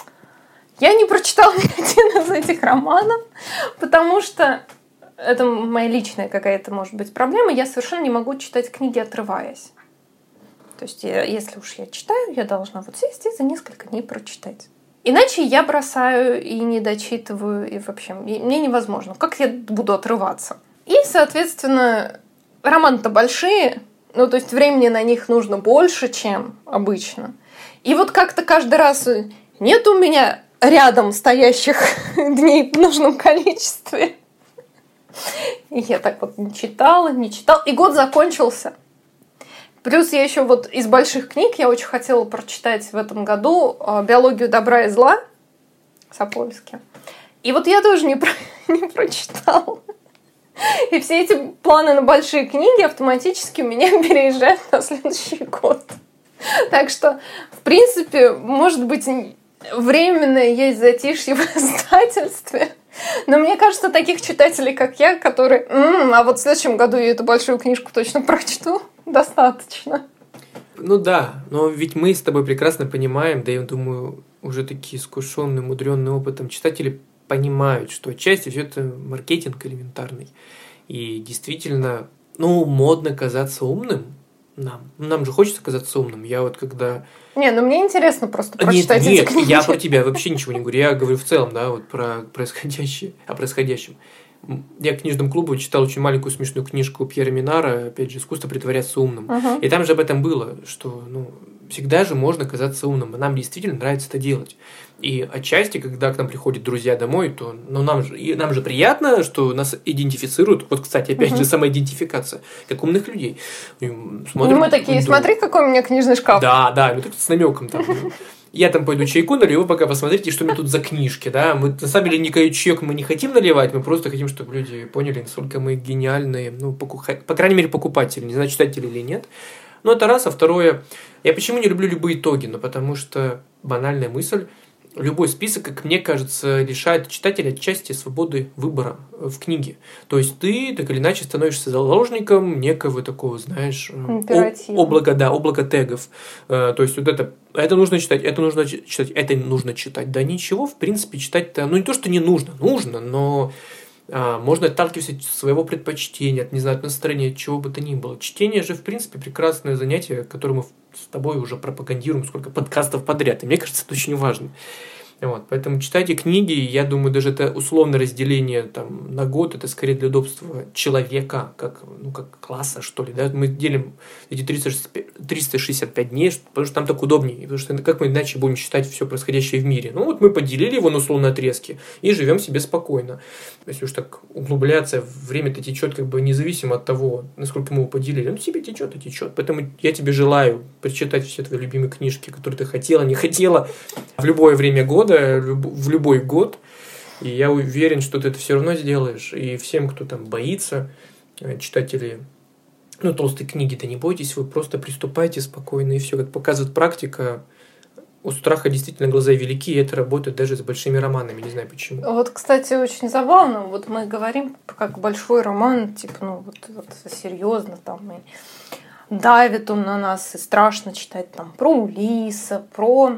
Speaker 2: Я не прочитала ни один из этих романов, потому что это моя личная какая-то, может быть, проблема. Я совершенно не могу читать книги, отрываясь. То есть, если уж я читаю, я должна сесть и за несколько дней прочитать. Иначе я бросаю и не дочитываю, и вообще мне невозможно. Как я буду отрываться? И, соответственно, романы-то большие, то есть времени на них нужно больше, чем обычно. И как-то каждый раз нет у меня рядом стоящих дней в нужном количестве. И я так не читала. И год закончился. Плюс я еще из больших книг я очень хотела прочитать в этом году «Биологию добра и зла» Сапольски. И я тоже не прочитала. И все эти планы на большие книги автоматически у меня переезжают на следующий год. Так что, в принципе, может быть, временное есть затишье в издательстве. Но мне кажется, таких читателей, как я, которые... в следующем году я эту большую книжку точно прочту, достаточно.
Speaker 1: Да, но ведь мы с тобой прекрасно понимаем, да я думаю, уже такие искушенные, мудренные опытом читатели понимают, что отчасти все это маркетинг элементарный. И действительно, модно казаться умным нам. Нам же хочется казаться умным. Я когда...
Speaker 2: мне интересно просто прочитать эти книги.
Speaker 1: Я про тебя вообще ничего не говорю. Я говорю в целом, про происходящее, о происходящем. Я в книжном клубе читал очень маленькую смешную книжку Пьера Минара, опять же, «Искусство притворяться умным». И там же об этом было, что всегда же можно казаться умным, и нам действительно нравится это делать. И отчасти, когда к нам приходят друзья домой, то нам же приятно, что нас идентифицируют. Кстати, опять же, самоидентификация, как умных людей.
Speaker 2: Смотрим, мы такие, смотри, какой у меня книжный шкаф.
Speaker 1: Да, мы тут с намеком там. Я там пойду чайку налью, вы пока посмотрите, что у меня тут за книжки, да. Мы, на самом деле, никакой чаек мы не хотим наливать, мы просто хотим, чтобы люди поняли, насколько мы гениальные, по крайней мере, покупатели, не знаю, читатели или нет. Это раз, а второе, я почему не люблю любые итоги? Потому что банальная мысль, любой список, как мне кажется, лишает читателя отчасти свободы выбора в книге. То есть ты так или иначе становишься заложником некого такого, знаешь, облака тегов. То есть это нужно читать, это нужно читать, это нужно читать. Да ничего, в принципе, читать-то, не то, что не нужно, но можно отталкиваться от своего предпочтения, от настроения, от чего бы то ни было. Чтение же, в принципе, прекрасное занятие, которое мы с тобой уже пропагандируем, сколько подкастов подряд. И мне кажется, это очень важно. Вот, поэтому читайте книги, я думаю, даже это условное разделение там, на год, это скорее для удобства человека, как класса, что ли. Да? Мы делим эти 365 дней, потому что нам так удобнее, потому что как мы иначе будем считать все происходящее в мире. Ну вот мы поделили его на условные отрезки и живем себе спокойно. Если уж так углубляться, время-то течет как бы независимо от того, насколько мы его поделили. Ну, себе течет и течет. Поэтому я тебе желаю прочитать все твои любимые книжки, которые ты хотела, не хотела, в любое время года, в любой год. И я уверен, что ты это все равно сделаешь. И всем, кто там боится, читатели, толстой книги-то не бойтесь, вы просто приступайте спокойно, и все. Как показывает практика, у страха действительно глаза велики, и это работает даже с большими романами, не знаю почему.
Speaker 2: Вот, кстати, очень забавно, вот мы говорим, как большой роман, типа, серьезно там, и давит он на нас, и страшно читать там про Улисса, про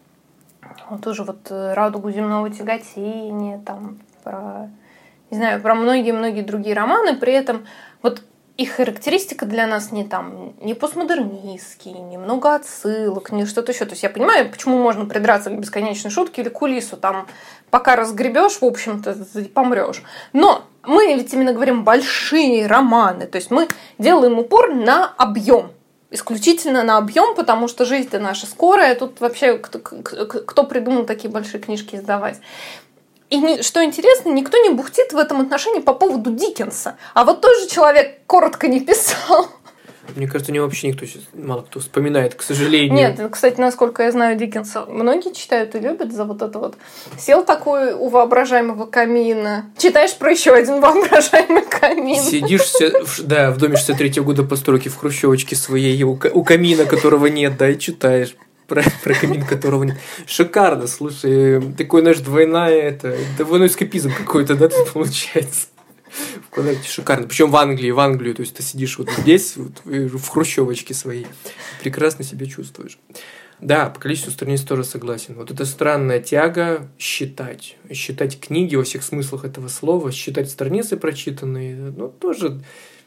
Speaker 2: тоже вот «Радугу земного тяготения», там, про многие-многие другие романы, при этом вот их характеристика для нас не постмодернистский, немного отсылок, не что-то еще. То есть я понимаю, почему можно придраться к бесконечной шутке или к Улиссу, там, пока разгребешь, в общем-то, помрешь. Но мы ведь именно говорим большие романы, то есть мы делаем упор на объем. Исключительно на объем, потому что жизнь-то наша скорая. Тут вообще кто придумал такие большие книжки издавать? И что интересно, никто не бухтит в этом отношении по поводу Диккенса. А вот тоже человек коротко не писал.
Speaker 1: Мне кажется, у него вообще мало кто вспоминает, к сожалению.
Speaker 2: Нет, кстати, насколько я знаю Диккенса, многие читают и любят за вот это вот. Сел такой у воображаемого камина, читаешь про еще один воображаемый камин.
Speaker 1: Сидишь в доме 63-го года постройки в хрущевочке своей, у камина, которого нет, да, и читаешь про камин, которого нет. Шикарно, слушай, такой, знаешь, двойной эскапизм какой-то, да, тут получается. В квадрате шикарно. Причем в Англию. То есть ты сидишь вот здесь, вот, в хрущевочке своей. Прекрасно себя чувствуешь. Да, по количеству страниц тоже согласен. Вот это странная тяга считать. Считать книги во всех смыслах этого слова, считать страницы прочитанные. Тоже...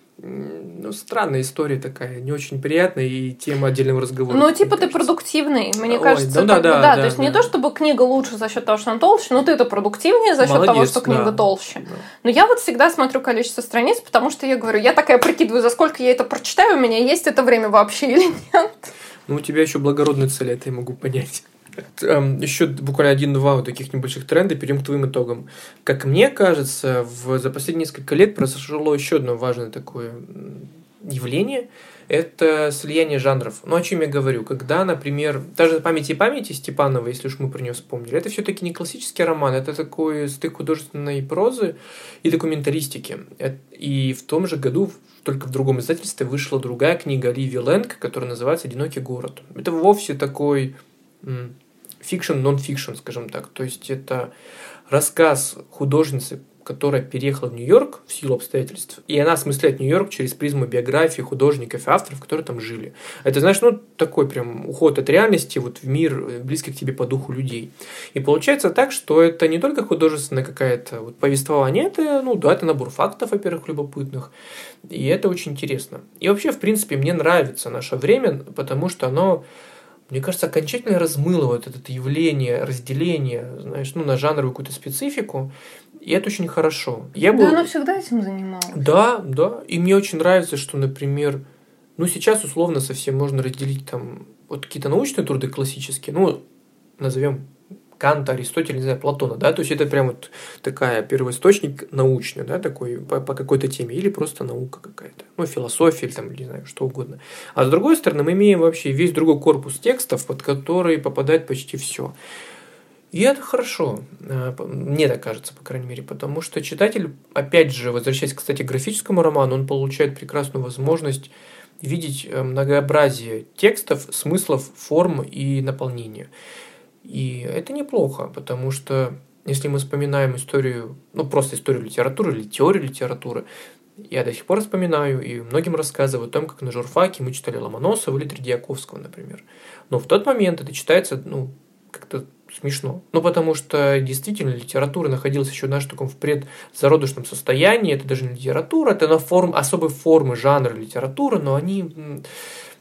Speaker 1: странная история такая, не очень приятная, и тема отдельного разговора.
Speaker 2: Ты продуктивный, мне кажется. То есть не то, чтобы книга лучше за счет того, что она толще, но ты-то продуктивнее за счет того, что книга толще. Да. Но я вот всегда смотрю количество страниц, потому что я говорю, я такая прикидываю, за сколько я это прочитаю, у меня есть это время вообще или нет.
Speaker 1: У тебя еще благородные цели, это я могу понять. Еще буквально 1-2 вот таких небольших тренда, перейдем к твоим итогам. Как мне кажется, за последние несколько лет произошло еще одно важное такое явление. Это слияние жанров. О чем я говорю? Когда, например, даже «Память и памяти» Степановой, если уж мы про нее вспомнили, это все-таки не классический роман, это такой стык художественной прозы и документаристики. И в том же году, только в другом издательстве, вышла другая книга Оливии Лэнг, которая называется «Одинокий город». Это вовсе такой... фикшн, нон-фикшн, скажем так. То есть это рассказ художницы, которая переехала в Нью-Йорк в силу обстоятельств, и она осмысляет Нью-Йорк через призму биографии художников и авторов, которые там жили. Это, знаешь, такой прям уход от реальности вот в мир близких к тебе по духу людей. И получается так, что это не только художественная какая-то вот повествование, это, это набор фактов, во-первых, любопытных, и это очень интересно. И вообще, в принципе, мне нравится наше время, потому что оно, мне кажется, окончательно размыло вот это явление, разделение, знаешь, на жанровую какую-то специфику, и это очень хорошо.
Speaker 2: Она всегда этим занималась.
Speaker 1: Да, и мне очень нравится, что, например, сейчас условно совсем можно разделить там вот какие-то научные труды классические, назовем Канта, Аристотеля, не знаю, Платона, да, то есть это прям вот такая первоисточник научный, да, такой по какой-то теме, или просто наука какая-то, философия, или там, не знаю, что угодно. А с другой стороны, мы имеем вообще весь другой корпус текстов, под который попадает почти все. И это хорошо, мне так кажется, по крайней мере, потому что читатель, опять же, возвращаясь, кстати, к графическому роману, он получает прекрасную возможность видеть многообразие текстов, смыслов, форм и наполнения. И это неплохо, потому что если мы вспоминаем историю, просто историю литературы или теорию литературы, я до сих пор вспоминаю и многим рассказываю о том, как на журфаке мы читали Ломоносова или Тредьяковского, например. Но в тот момент это читается, как-то смешно. Потому что действительно литература находилась еще в таком в предзародышном состоянии. Это даже не литература, это особой формы жанра литературы, но они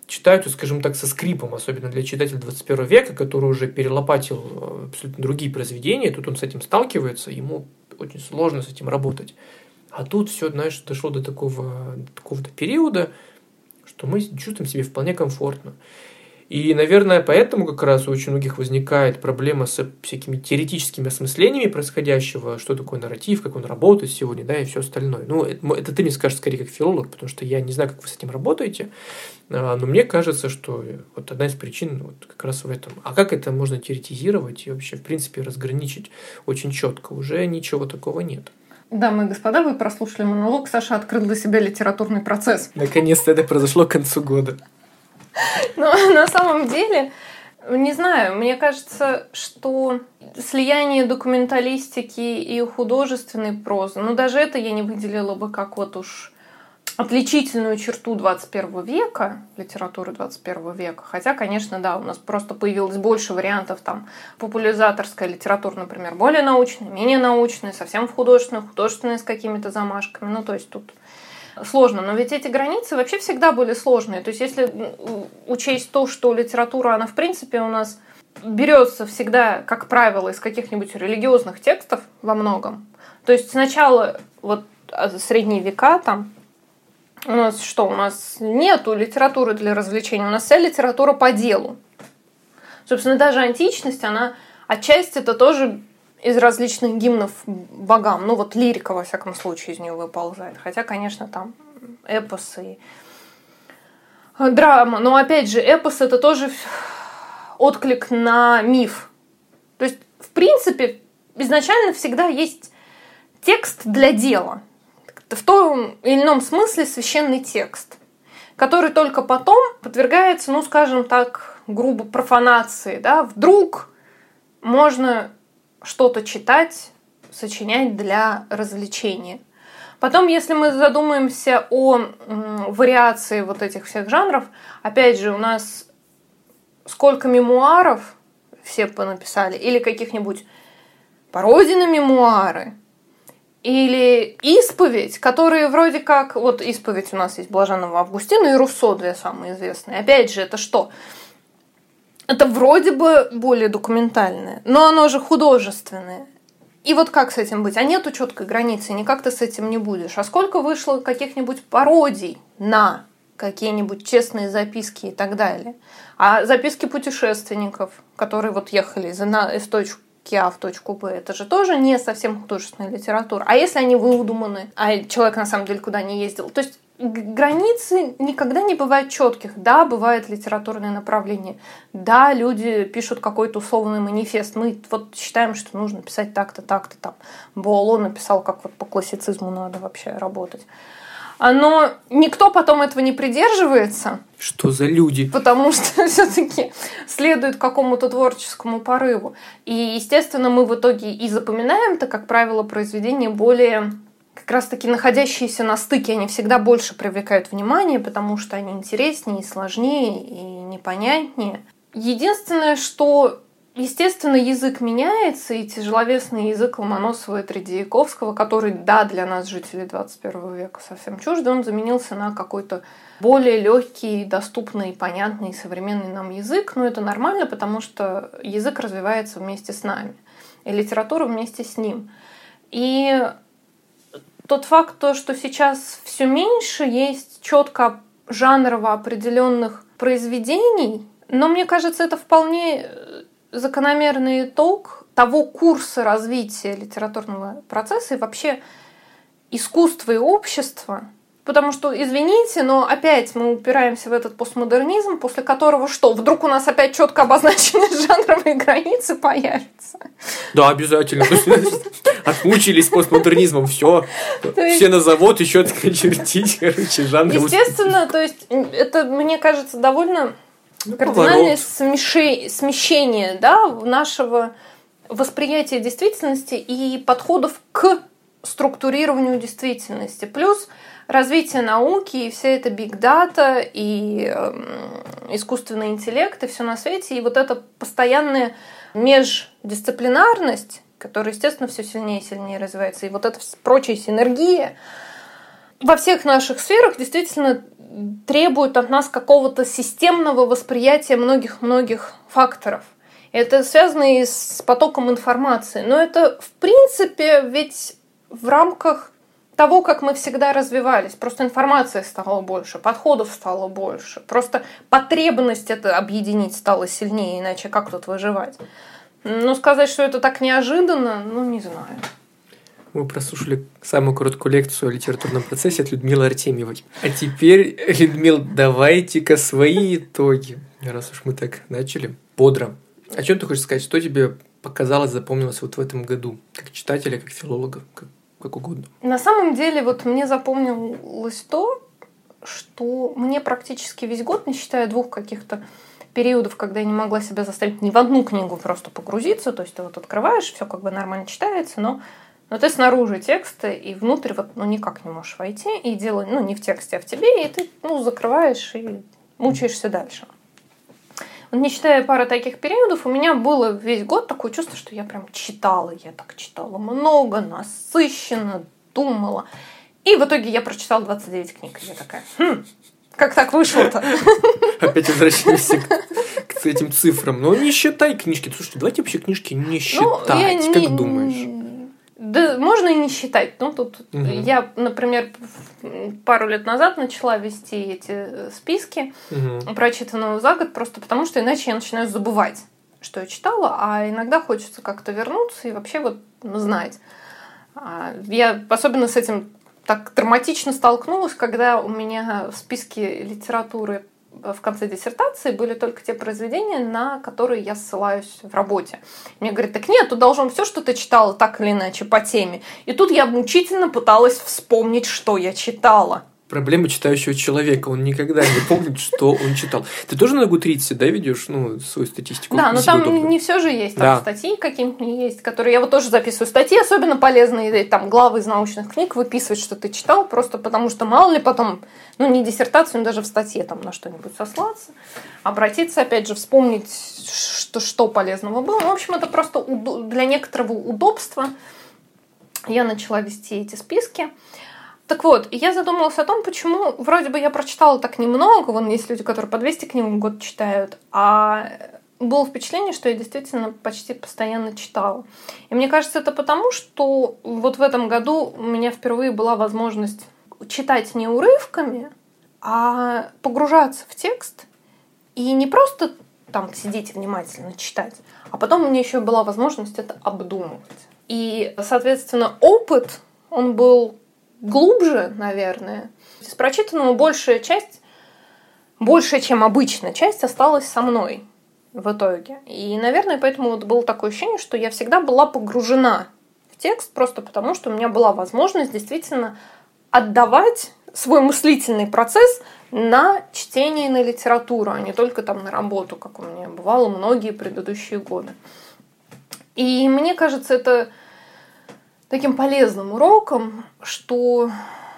Speaker 1: читают, скажем так, со скрипом, особенно для читателя 21 века, который уже перелопатил абсолютно другие произведения, тут он с этим сталкивается, ему очень сложно с этим работать. А тут все, знаешь, дошло до такого-то периода, что мы чувствуем себя вполне комфортно. И, наверное, поэтому как раз у очень многих возникает проблема с всякими теоретическими осмыслениями происходящего, что такое нарратив, как он работает сегодня, да, и все остальное. Ну, это ты мне скажешь скорее как филолог, потому что я не знаю, как вы с этим работаете, но мне кажется, что вот одна из причин вот как раз в этом. А как это можно теоретизировать и вообще, в принципе, разграничить очень четко? Уже ничего такого нет.
Speaker 2: Дамы и господа, вы прослушали монолог. Саша открыл для себя литературный процесс.
Speaker 1: Наконец-то это произошло к концу года.
Speaker 2: Но на самом деле, не знаю, мне кажется, что слияние документалистики и художественной прозы, даже это я не выделила бы как вот уж отличительную черту 21 века, литературы 21 века. Хотя, конечно, да, у нас просто появилось больше вариантов, там, популяризаторская литература, например, более научная, менее научная, совсем художественная с какими-то замашками. То есть тут сложно. Но ведь эти границы вообще всегда были сложные. То есть если учесть то, что литература, она в принципе у нас берется всегда, как правило, из каких-нибудь религиозных текстов во многом. То есть сначала вот средние века там у нас что? У нас нету литературы для развлечения, у нас вся литература по делу. Собственно, даже античность, она отчасти это тоже из различных гимнов богам. Лирика, во всяком случае, из нее выползает. Хотя, конечно, там эпосы и драма. Но, опять же, эпос — это тоже отклик на миф. То есть, в принципе, изначально всегда есть текст для дела. В том или ином смысле священный текст, который только потом подвергается, скажем так, грубо профанации. Да? Вдруг можно что-то читать, сочинять для развлечения. Потом, если мы задумаемся о вариации вот этих всех жанров, опять же, у нас сколько мемуаров все понаписали, или каких-нибудь пародий на мемуары, или исповедь, которые вроде как... Вот исповедь у нас есть Блаженного Августина и Руссо, две самые известные. Опять же, это что? Это вроде бы более документальное, но оно же художественное. И вот как с этим быть? А нету четкой границы, никак ты с этим не будешь. А сколько вышло каких-нибудь пародий на какие-нибудь честные записки и так далее. А записки путешественников, которые вот ехали из точки А в точку Б, это же тоже не совсем художественная литература. А если они выдуманы, а человек на самом деле куда не ездил? То есть границы никогда не бывают четких. Да, бывает литературное направление. Да, люди пишут какой-то условный манифест. Мы вот считаем, что нужно писать так-то, так-то там. Буало написал, как вот по классицизму надо вообще работать. Но никто потом этого не придерживается.
Speaker 1: Что за люди?
Speaker 2: Потому что все-таки следует какому-то творческому порыву. И, естественно, мы в итоге и запоминаем-то, как правило, произведения более... как раз-таки находящиеся на стыке, они всегда больше привлекают внимание, потому что они интереснее, сложнее и непонятнее. Единственное, что, естественно, язык меняется, и тяжеловесный язык Ломоносова и Тредьяковского, который, да, для нас, жителей 21 века, совсем чуждый, он заменился на какой-то более легкий, доступный, понятный, современный нам язык. Но это нормально, потому что язык развивается вместе с нами, и литература вместе с ним. И тот факт, что сейчас все меньше есть четко жанрово определенных произведений, но мне кажется, это вполне закономерный итог того курса развития литературного процесса и вообще искусства и общества. Потому что, извините, но опять мы упираемся в этот постмодернизм, после которого что? Вдруг у нас опять четко обозначенные жанровые границы появятся?
Speaker 1: Да, обязательно. Отмучились постмодернизмом, все на завод еще чертить, жанр.
Speaker 2: Естественно, то есть это, мне кажется, довольно кардинальное смещение, да, нашего восприятия действительности и подходов к структурированию действительности. Плюс развитие науки и вся эта биг-дата и искусственный интеллект и все на свете. И вот эта постоянная междисциплинарность, которая, естественно, все сильнее и сильнее развивается. И вот эта прочая синергия. во всех наших сферах действительно требует от нас какого-то системного восприятия многих-многих факторов. Это связано и с потоком информации. Но это, в принципе, ведь в рамках того, как мы всегда развивались. Просто информации стало больше, подходов стало больше. Просто потребность это объединить стала сильнее, иначе как тут выживать? Но сказать, что это так неожиданно, не знаю.
Speaker 1: Мы прослушали самую короткую лекцию о литературном процессе от Людмилы Артемьевой. А теперь, Людмил, давайте-ка свои итоги, раз уж мы так начали. Бодро. О чем ты хочешь сказать? Что тебе показалось, запомнилось вот в этом году? Как читателя, как филолога, как угодно.
Speaker 2: На самом деле, вот мне запомнилось то, что мне практически весь год, не считая 2 каких-то периодов, когда я не могла себя заставить ни в одну книгу просто погрузиться, то есть ты вот открываешь, все как бы нормально читается, но ты снаружи текста и внутрь никак не можешь войти, и дело не в тексте, а в тебе, и ты закрываешь и мучаешься дальше. Вот не считая пары таких периодов, у меня было весь год такое чувство, что я прям читала. Я так читала много, насыщенно, думала. И в итоге я прочитала 29 книг. И я такая, как так вышло-то?
Speaker 1: Опять возвращаемся к этим цифрам. Но не считай книжки. Слушайте, давайте вообще книжки не считать. Как думаешь?
Speaker 2: Да, можно и не считать. Я, например, пару лет назад начала вести эти списки прочитанного за год, просто потому что иначе я начинаю забывать, что я читала, а иногда хочется как-то вернуться и вообще знать. Я особенно с этим так драматично столкнулась, когда у меня в списке литературы в конце диссертации были только те произведения, на которые я ссылаюсь в работе. Мне говорят, так нет, тут должно все, что ты читала, так или иначе, по теме. И тут я мучительно пыталась вспомнить, что я читала.
Speaker 1: Проблема читающего человека. Он никогда не помнит, что он читал. Ты тоже на Goodreads, ведешь свою статистику?
Speaker 2: Да, но там не все же есть. Там статьи какие-то есть, которые я тоже записываю. Статьи особенно полезные, там главы из научных книг выписывать, что ты читал, просто потому что мало ли потом, не диссертацию, но даже в статье там на что-нибудь сослаться, обратиться, опять же, вспомнить, что полезного было. В общем, это просто для некоторого удобства я начала вести эти списки. Так вот, я задумалась о том, почему вроде бы я прочитала так немного, есть люди, которые по 200 книг в год читают, а было впечатление, что я действительно почти постоянно читала. И мне кажется, это потому, что вот в этом году у меня впервые была возможность читать не урывками, а погружаться в текст и не просто там сидеть и внимательно читать, а потом у меня еще была возможность это обдумывать. И, соответственно, опыт, он был глубже, наверное. Из прочитанного большая, чем обычно, часть осталась со мной в итоге. И, наверное, поэтому было такое ощущение, что я всегда была погружена в текст, просто потому что у меня была возможность действительно отдавать свой мыслительный процесс на чтение и на литературу, а не только там на работу, как у меня бывало многие предыдущие годы. И мне кажется, это таким полезным уроком, что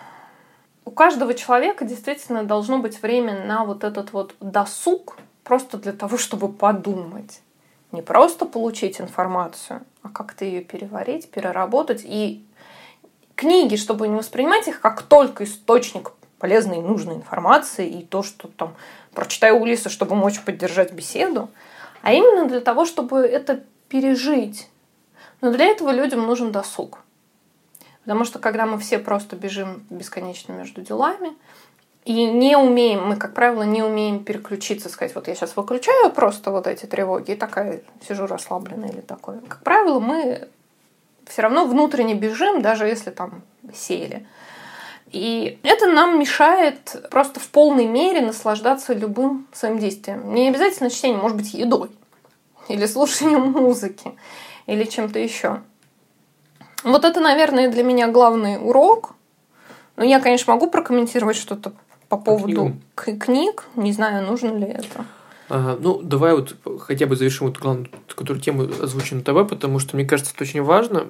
Speaker 2: у каждого человека действительно должно быть время на вот этот досуг просто для того, чтобы подумать. Не просто получить информацию, а как-то ее переварить, переработать. И книги, чтобы не воспринимать их как только источник полезной и нужной информации, и то, что там прочитаю Улисса, чтобы мочь поддержать беседу, а именно для того, чтобы это пережить. Но для этого людям нужен досуг. Потому что когда мы все просто бежим бесконечно между делами и мы, как правило, не умеем переключиться, сказать, вот я сейчас выключаю просто эти тревоги и такая сижу расслабленная или такое. Как правило, мы все равно внутренне бежим, даже если там сели. И это нам мешает просто в полной мере наслаждаться любым своим действием. Не обязательно чтение, может быть, едой или слушанием музыки или чем-то еще. Вот это, наверное, для меня главный урок. Но я, конечно, могу прокомментировать что-то по поводу книг. Не знаю, нужно ли это.
Speaker 1: Давай хотя бы завершим главную тему озвученную ТВ, потому что, мне кажется, это очень важно.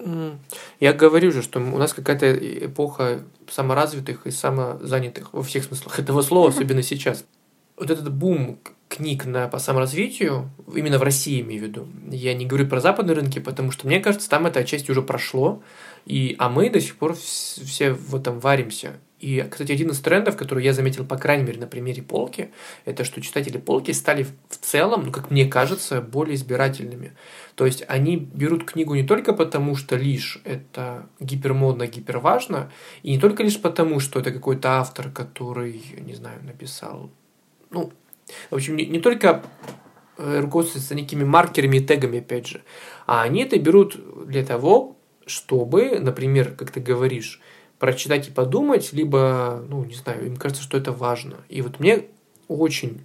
Speaker 1: Я говорю же, что у нас какая-то эпоха саморазвитых и самозанятых во всех смыслах этого слова, особенно сейчас. Вот этот бум книг по саморазвитию, именно в России имею в виду, я не говорю про западные рынки, потому что, мне кажется, там это отчасти уже прошло, а мы до сих пор все в этом варимся. И, кстати, один из трендов, который я заметил, по крайней мере, на примере полки, это что читатели полки стали в целом, как мне кажется, более избирательными. То есть они берут книгу не только потому, что лишь это гипермодно, гиперважно, и не только лишь потому, что это какой-то автор, который, не знаю, написал... в общем, не только руководствуются некими маркерами и тегами, опять же, а они это берут для того, чтобы, например, как ты говоришь, прочитать и подумать, либо, не знаю, им кажется, что это важно. И вот мне очень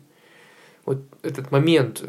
Speaker 1: этот момент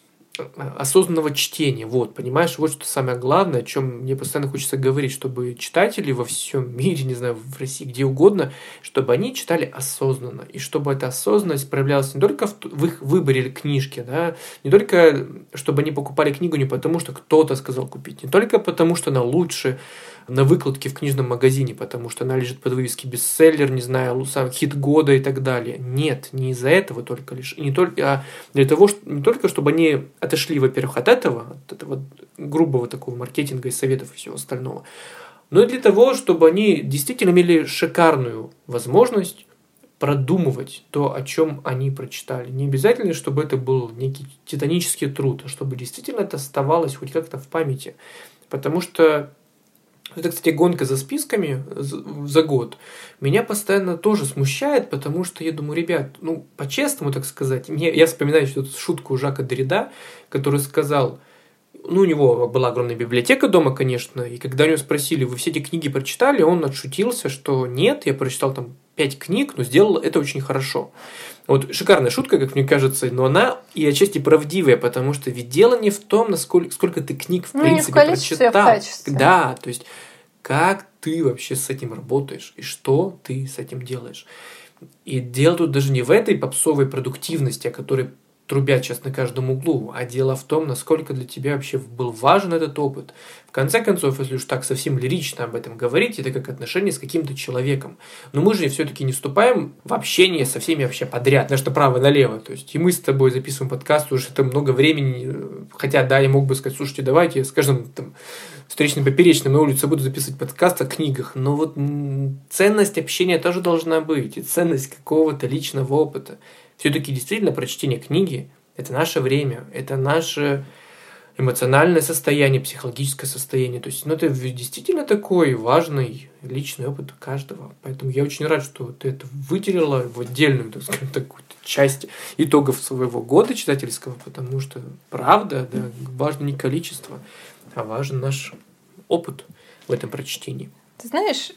Speaker 1: осознанного чтения, понимаешь, вот что самое главное, о чем мне постоянно хочется говорить, чтобы читатели во всем мире, не знаю, в России, где угодно, чтобы они читали осознанно, и чтобы эта осознанность проявлялась не только в их выборе книжки, да, не только чтобы они покупали книгу не потому, что кто-то сказал купить, не только потому, что она лучше на выкладке в книжном магазине, потому что она лежит под вывеской бестселлер, не знаю, хит года и так далее. Нет, не из-за этого только лишь. И не только, а для того, не только чтобы они отошли, во-первых, от этого грубого такого маркетинга и советов и всего остального, но и для того, чтобы они действительно имели шикарную возможность продумывать то, о чем они прочитали. Не обязательно, чтобы это был некий титанический труд, а чтобы действительно это оставалось хоть как-то в памяти. Потому что это, кстати, гонка за списками за год меня постоянно тоже смущает, потому что я думаю, ребят, по-честному, так сказать, я вспоминаю эту шутку Жака Деррида, который сказал, у него была огромная библиотека дома, конечно, и когда у него спросили, вы все эти книги прочитали, он отшутился, что нет, я прочитал там 5 книг, но сделал это очень хорошо. Вот шикарная шутка, как мне кажется, но она и отчасти правдивая, потому что ведь дело не в том, сколько ты книг в принципе прочитал.
Speaker 2: А в качестве.
Speaker 1: Да, то есть как ты вообще с этим работаешь и что ты с этим делаешь. И дело тут даже не в этой попсовой продуктивности, о которой трубят сейчас на каждом углу, а дело в том, насколько для тебя вообще был важен этот опыт. В конце концов, если уж так совсем лирично об этом говорить, это как отношение с каким-то человеком. Но мы же все-таки не вступаем в общение со всеми вообще подряд, на что право-налево. То есть и мы с тобой записываем подкаст уже это много времени, хотя, да, я мог бы сказать, слушайте, давайте с каждым встречным поперечным на улице буду записывать подкаст о книгах, но вот ценность общения тоже должна быть, и ценность какого-то личного опыта. Все-таки действительно прочтение книги – это наше время, это наше эмоциональное состояние, психологическое состояние. То есть, это действительно такой важный личный опыт каждого. Поэтому я очень рад, что ты это выделила в отдельную, так сказать, такую часть итогов своего года читательского, потому что, правда, да, важно не количество, а важен наш опыт в этом прочтении.
Speaker 2: Ты знаешь,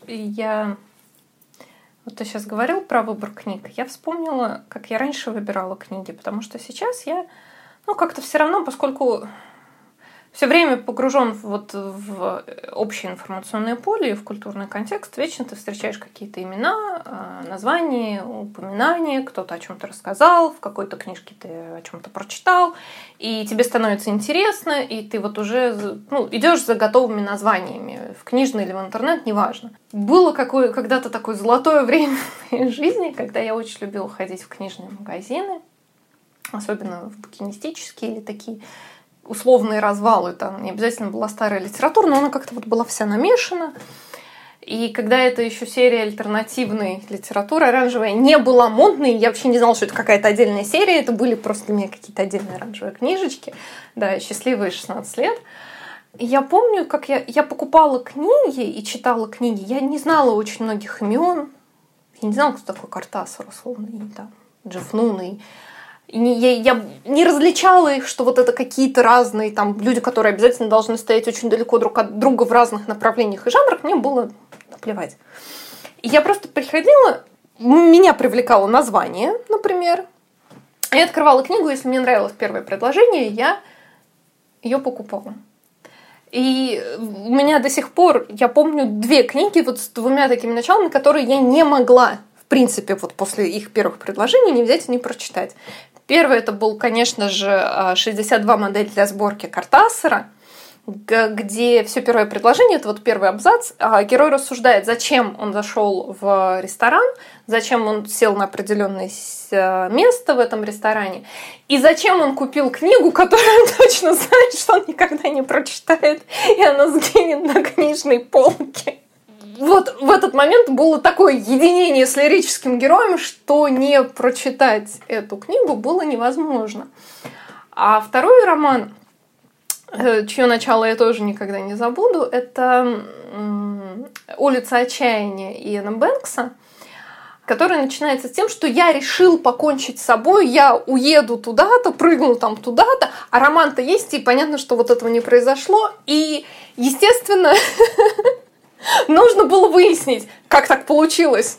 Speaker 2: Вот ты сейчас говорил про выбор книг. Я вспомнила, как я раньше выбирала книги, потому что сейчас я, как-то все равно, поскольку все время погружен в общее информационное поле и в культурный контекст, вечно ты встречаешь какие-то имена, названия, упоминания, кто-то о чем-то рассказал, в какой-то книжке ты о чем-то прочитал, и тебе становится интересно, и ты уже идешь за готовыми названиями, в книжный или в интернет, неважно. Было когда-то такое золотое время в моей жизни, когда я очень любила ходить в книжные магазины, особенно в букинистические или такие условные развалы, там не обязательно была старая литература, но она как-то была вся намешана. И когда это еще серия альтернативной литературы, оранжевая, не была модной, я вообще не знала, что это какая-то отдельная серия, это были просто для меня какие-то отдельные оранжевые книжечки, да, счастливые 16 лет. И я помню, как я покупала книги и читала книги, я не знала очень многих имен, я не знала, кто такой Кортасар, условно, и там Джефф Нун, я не различала их, что это какие-то разные там люди, которые обязательно должны стоять очень далеко друг от друга в разных направлениях и жанрах. Мне было плевать. И я просто приходила, меня привлекало название, например. Я открывала книгу, если мне нравилось первое предложение, я ее покупала. И у меня до сих пор, я помню 2 книги с 2 такими началами, которые я не могла, в принципе, после их первых предложений не взять и не прочитать. Первый это был, конечно же, 62 модель для сборки Кортасара. где все первое предложение, это вот первый абзац, герой рассуждает, зачем он зашел в ресторан, зачем он сел на определенное место в этом ресторане, и зачем он купил книгу, которую он точно знает, что он никогда не прочитает, и она сгинет на книжной полке. Вот в этот момент было такое единение с лирическим героем, что не прочитать эту книгу было невозможно. А второй роман, чье начало я тоже никогда не забуду, это «Улица отчаяния» Иэна Бэнкса, который начинается с тем, что я решил покончить с собой, я уеду туда-то, прыгну там туда-то, а роман-то есть, и понятно, что вот этого не произошло. И, естественно, нужно было выяснить, как так получилось.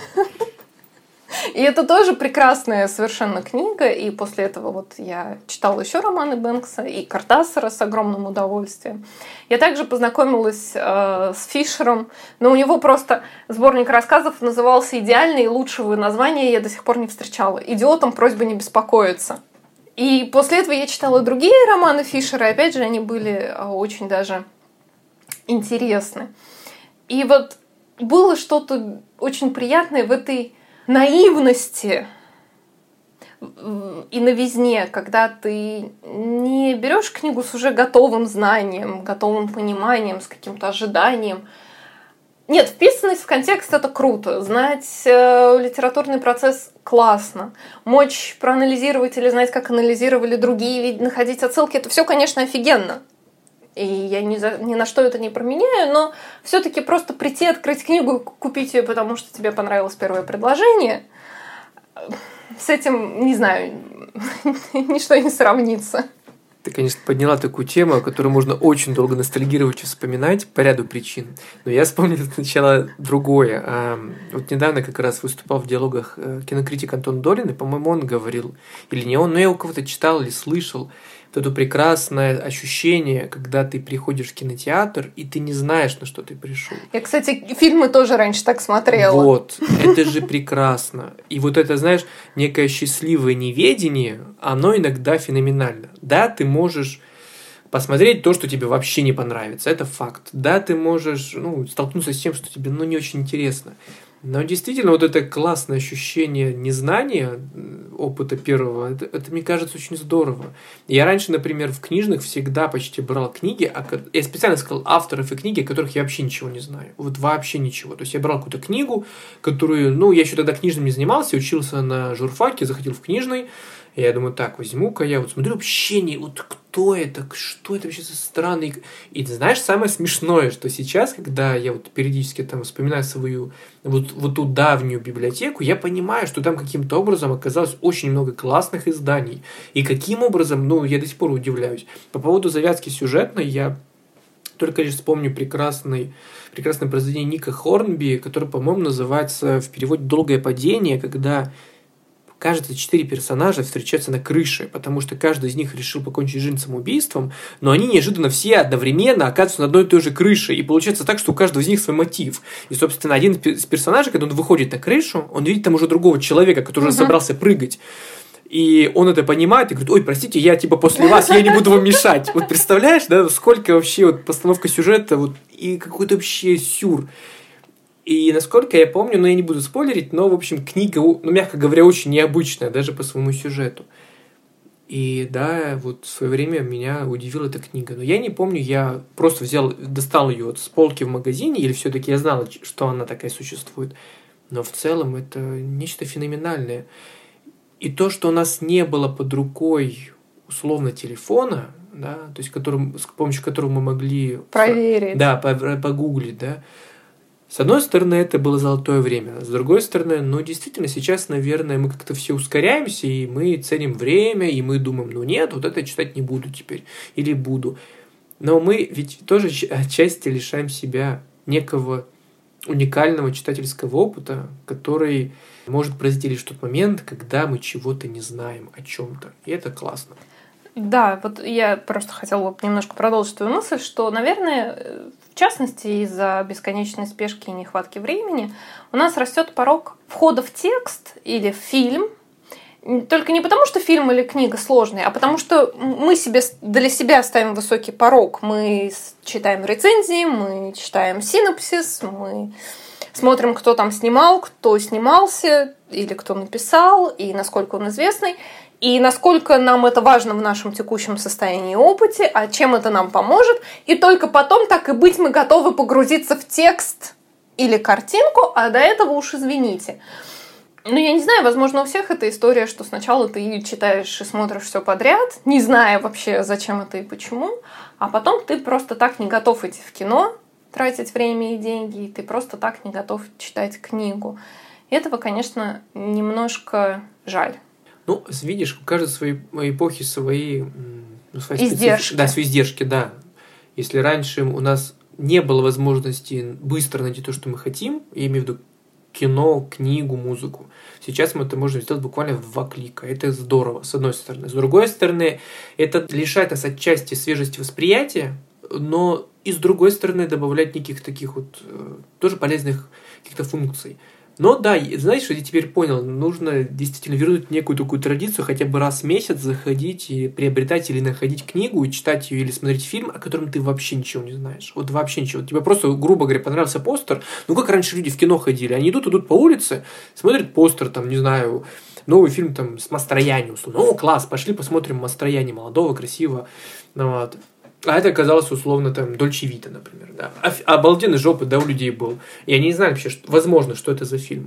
Speaker 2: И это тоже прекрасная совершенно книга, и после этого вот я читала еще романы Бэнкса и Кортасара с огромным удовольствием. Я также познакомилась с Фишером, но у него просто сборник рассказов назывался «Идеальный», и лучшего названия я до сих пор не встречала. «Идиотам просьба не беспокоиться». И после этого я читала другие романы Фишера, и опять же они были очень даже интересны. И вот было что-то очень приятное в этой наивности и новизне, когда ты не берешь книгу с уже готовым знанием, готовым пониманием, с каким-то ожиданием. Нет, вписанность в контекст — это круто. Знать литературный процесс — классно. Мочь проанализировать или знать, как анализировали другие, находить отсылки — это все, конечно, офигенно. И я ни на что это не променяю, но все-таки просто прийти, открыть книгу, купить ее, потому что тебе понравилось первое предложение, с этим, не знаю, ничто не сравнится.
Speaker 1: Ты, конечно, подняла такую тему, о которой можно очень долго ностальгировать и вспоминать по ряду причин. Но я вспомнил сначала другое. Вот недавно как раз выступал в диалогах кинокритик Антон Долин, и, по-моему, он говорил, или не он, но я у кого-то читал или слышал, вот это прекрасное ощущение, когда ты приходишь в кинотеатр, и ты не знаешь, на что ты пришел.
Speaker 2: Я, кстати, фильмы тоже раньше так смотрела.
Speaker 1: Вот, это же прекрасно. И вот это, знаешь, некое счастливое неведение, оно иногда феноменально. Да, ты можешь посмотреть то, что тебе вообще не понравится, это факт. Да, ты можешь столкнуться с тем, что тебе не очень интересно. Но действительно, вот это классное ощущение незнания, опыта первого, это мне кажется, очень здорово. Я раньше, например, в книжных всегда почти брал книги, я специально сказал авторов и книги, о которых я вообще ничего не знаю. Вот вообще ничего. То есть я брал какую-то книгу, которую, я еще тогда книжным не занимался, учился на журфаке, заходил в книжный, и я думаю, так, возьму-ка я, вот смотрю, вообще кто это, что это вообще за странный... И ты знаешь, самое смешное, что сейчас, когда я вот периодически там вспоминаю свою вот ту давнюю библиотеку, я понимаю, что там каким-то образом оказалось очень много классных изданий. И каким образом, я до сих пор удивляюсь. По поводу завязки сюжетной, я только лишь вспомню прекрасное произведение Ника Хорнби, которое, по-моему, называется в переводе «Долгое падение», когда... Кажется, 4 персонажа встречаются на крыше, потому что каждый из них решил покончить жизнь самоубийством, но они неожиданно все одновременно оказываются на одной и той же крыше. И получается так, что у каждого из них свой мотив. И, собственно, один из персонажей, когда он выходит на крышу, он видит там уже другого человека, который уже собрался прыгать. И он это понимает и говорит: ой, простите, я после вас, я не буду вам мешать. Вот представляешь, да, сколько вообще постановка сюжета и какой-то вообще сюр. И насколько я помню, я не буду спойлерить, но, в общем, книга, мягко говоря, очень необычная, даже по своему сюжету. И да, вот в свое время меня удивила эта книга. Но я не помню, я просто достал ее с полки в магазине, или все-таки я знал, что она такая существует. Но в целом это нечто феноменальное. И то, что у нас не было под рукой условно телефона, да, то есть с помощью которого мы могли...
Speaker 2: Проверить.
Speaker 1: Да, погуглить, да. С одной стороны, это было золотое время. С другой стороны, действительно, сейчас, наверное, мы как-то все ускоряемся, и мы ценим время, и мы думаем, нет, вот это читать не буду теперь, или буду. Но мы ведь тоже отчасти лишаем себя некого уникального читательского опыта, который может произойти лишь в тот момент, когда мы чего-то не знаем о чем-то. И это классно.
Speaker 2: Да, вот я просто хотела бы немножко продолжить твою мысль, что, наверное, в частности, из-за бесконечной спешки и нехватки времени у нас растет порог входа в текст или в фильм Только не потому, что фильм или книга сложные, а потому что мы себе для себя ставим высокий порог. Мы читаем рецензии, мы читаем синопсис, мы смотрим, кто там снимал, кто снимался или кто написал, и насколько он известный, и насколько нам это важно в нашем текущем состоянии и опыте, а чем это нам поможет. И только потом, так и быть, мы готовы погрузиться в текст или картинку, а до этого уж извините. Ну, я не знаю, возможно, у всех эта история, что сначала ты читаешь и смотришь все подряд, не зная вообще, зачем это и почему, а потом ты просто так не готов идти в кино, тратить время и деньги, и ты просто так не готов читать книгу. И этого, конечно, немножко жаль.
Speaker 1: Ну, видишь, у каждой своей эпохи свои
Speaker 2: издержки.
Speaker 1: Да, свои издержки, да. Если раньше у нас не было возможности быстро найти то, что мы хотим, я имею в виду кино, книгу, музыку. Сейчас мы это можем сделать буквально в 2 клика. Это здорово, с одной стороны. С другой стороны, это лишает нас отчасти свежести восприятия, но и с другой стороны добавляет неких таких вот тоже полезных каких-то функций. Но да, знаешь, что я теперь понял, нужно действительно вернуть некую такую традицию, хотя бы раз в месяц заходить и приобретать или находить книгу, и читать ее или смотреть фильм, о котором ты вообще ничего не знаешь. Вот вообще ничего. Тебе просто, грубо говоря, понравился постер. Ну, как раньше люди в кино ходили. Они идут по улице, смотрят постер, там, не знаю, новый фильм там с Мастрояни, условно. О, класс, пошли посмотрим Мастрояни, молодого, красивого. Вот. А это оказалось условно там Дольче Вита, например. Да. Обалденный же опыт, да, у людей был. И они не знали вообще, возможно, что это за фильм.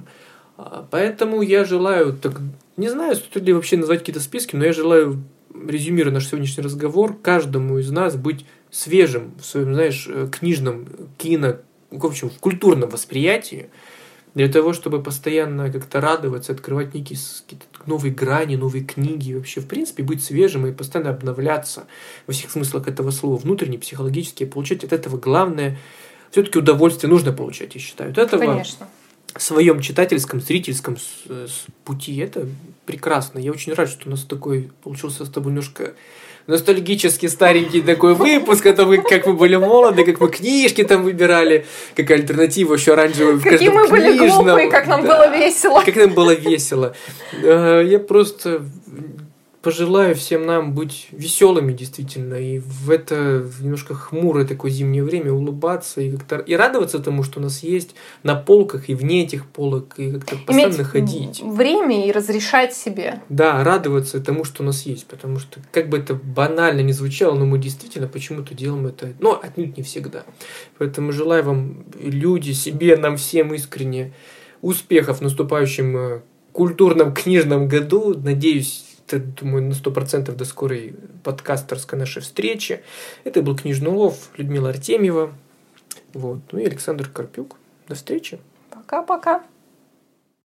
Speaker 1: Поэтому я желаю, так, не знаю, стоит ли вообще назвать какие-то списки, но я желаю, резюмируя наш сегодняшний разговор, каждому из нас быть свежим в своем, знаешь, книжном, кино, в общем, в культурном восприятии, для того, чтобы постоянно как-то радоваться, открывать некие какие-то новые грани, новые книги, вообще, в принципе, быть свежим и постоянно обновляться во всех смыслах этого слова, внутренне, психологически, получать от этого главное, все-таки удовольствие нужно получать, я считаю. От этого
Speaker 2: Конечно.
Speaker 1: В своем читательском, зрительском пути это прекрасно. Я очень рад, что у нас такой получился с тобой немножко ностальгический старенький такой выпуск, это мы, как мы были молоды, как мы книжки там выбирали, как альтернативу еще оранжевую в каждом книжном.
Speaker 2: Какие мы были глупые, как нам было весело.
Speaker 1: Как нам было весело. Я просто пожелаю всем нам быть веселыми, действительно, и в это немножко хмурое такое зимнее время улыбаться и как-то и радоваться тому, что у нас есть на полках и вне этих полок, и как-то постоянно ходить.
Speaker 2: Время и разрешать себе.
Speaker 1: Да, радоваться тому, что у нас есть, потому что, как бы это банально не звучало, но мы действительно почему-то делаем это, но отнюдь не всегда. Поэтому желаю вам, люди, себе, нам всем искренне успехов в наступающем культурном книжном году. Надеюсь, думаю, на 100% до скорой подкастерской нашей встречи. Это был «Книжный улов», Людмила Артемьева. Вот. Ну и Александр Карпюк. До встречи.
Speaker 2: Пока-пока.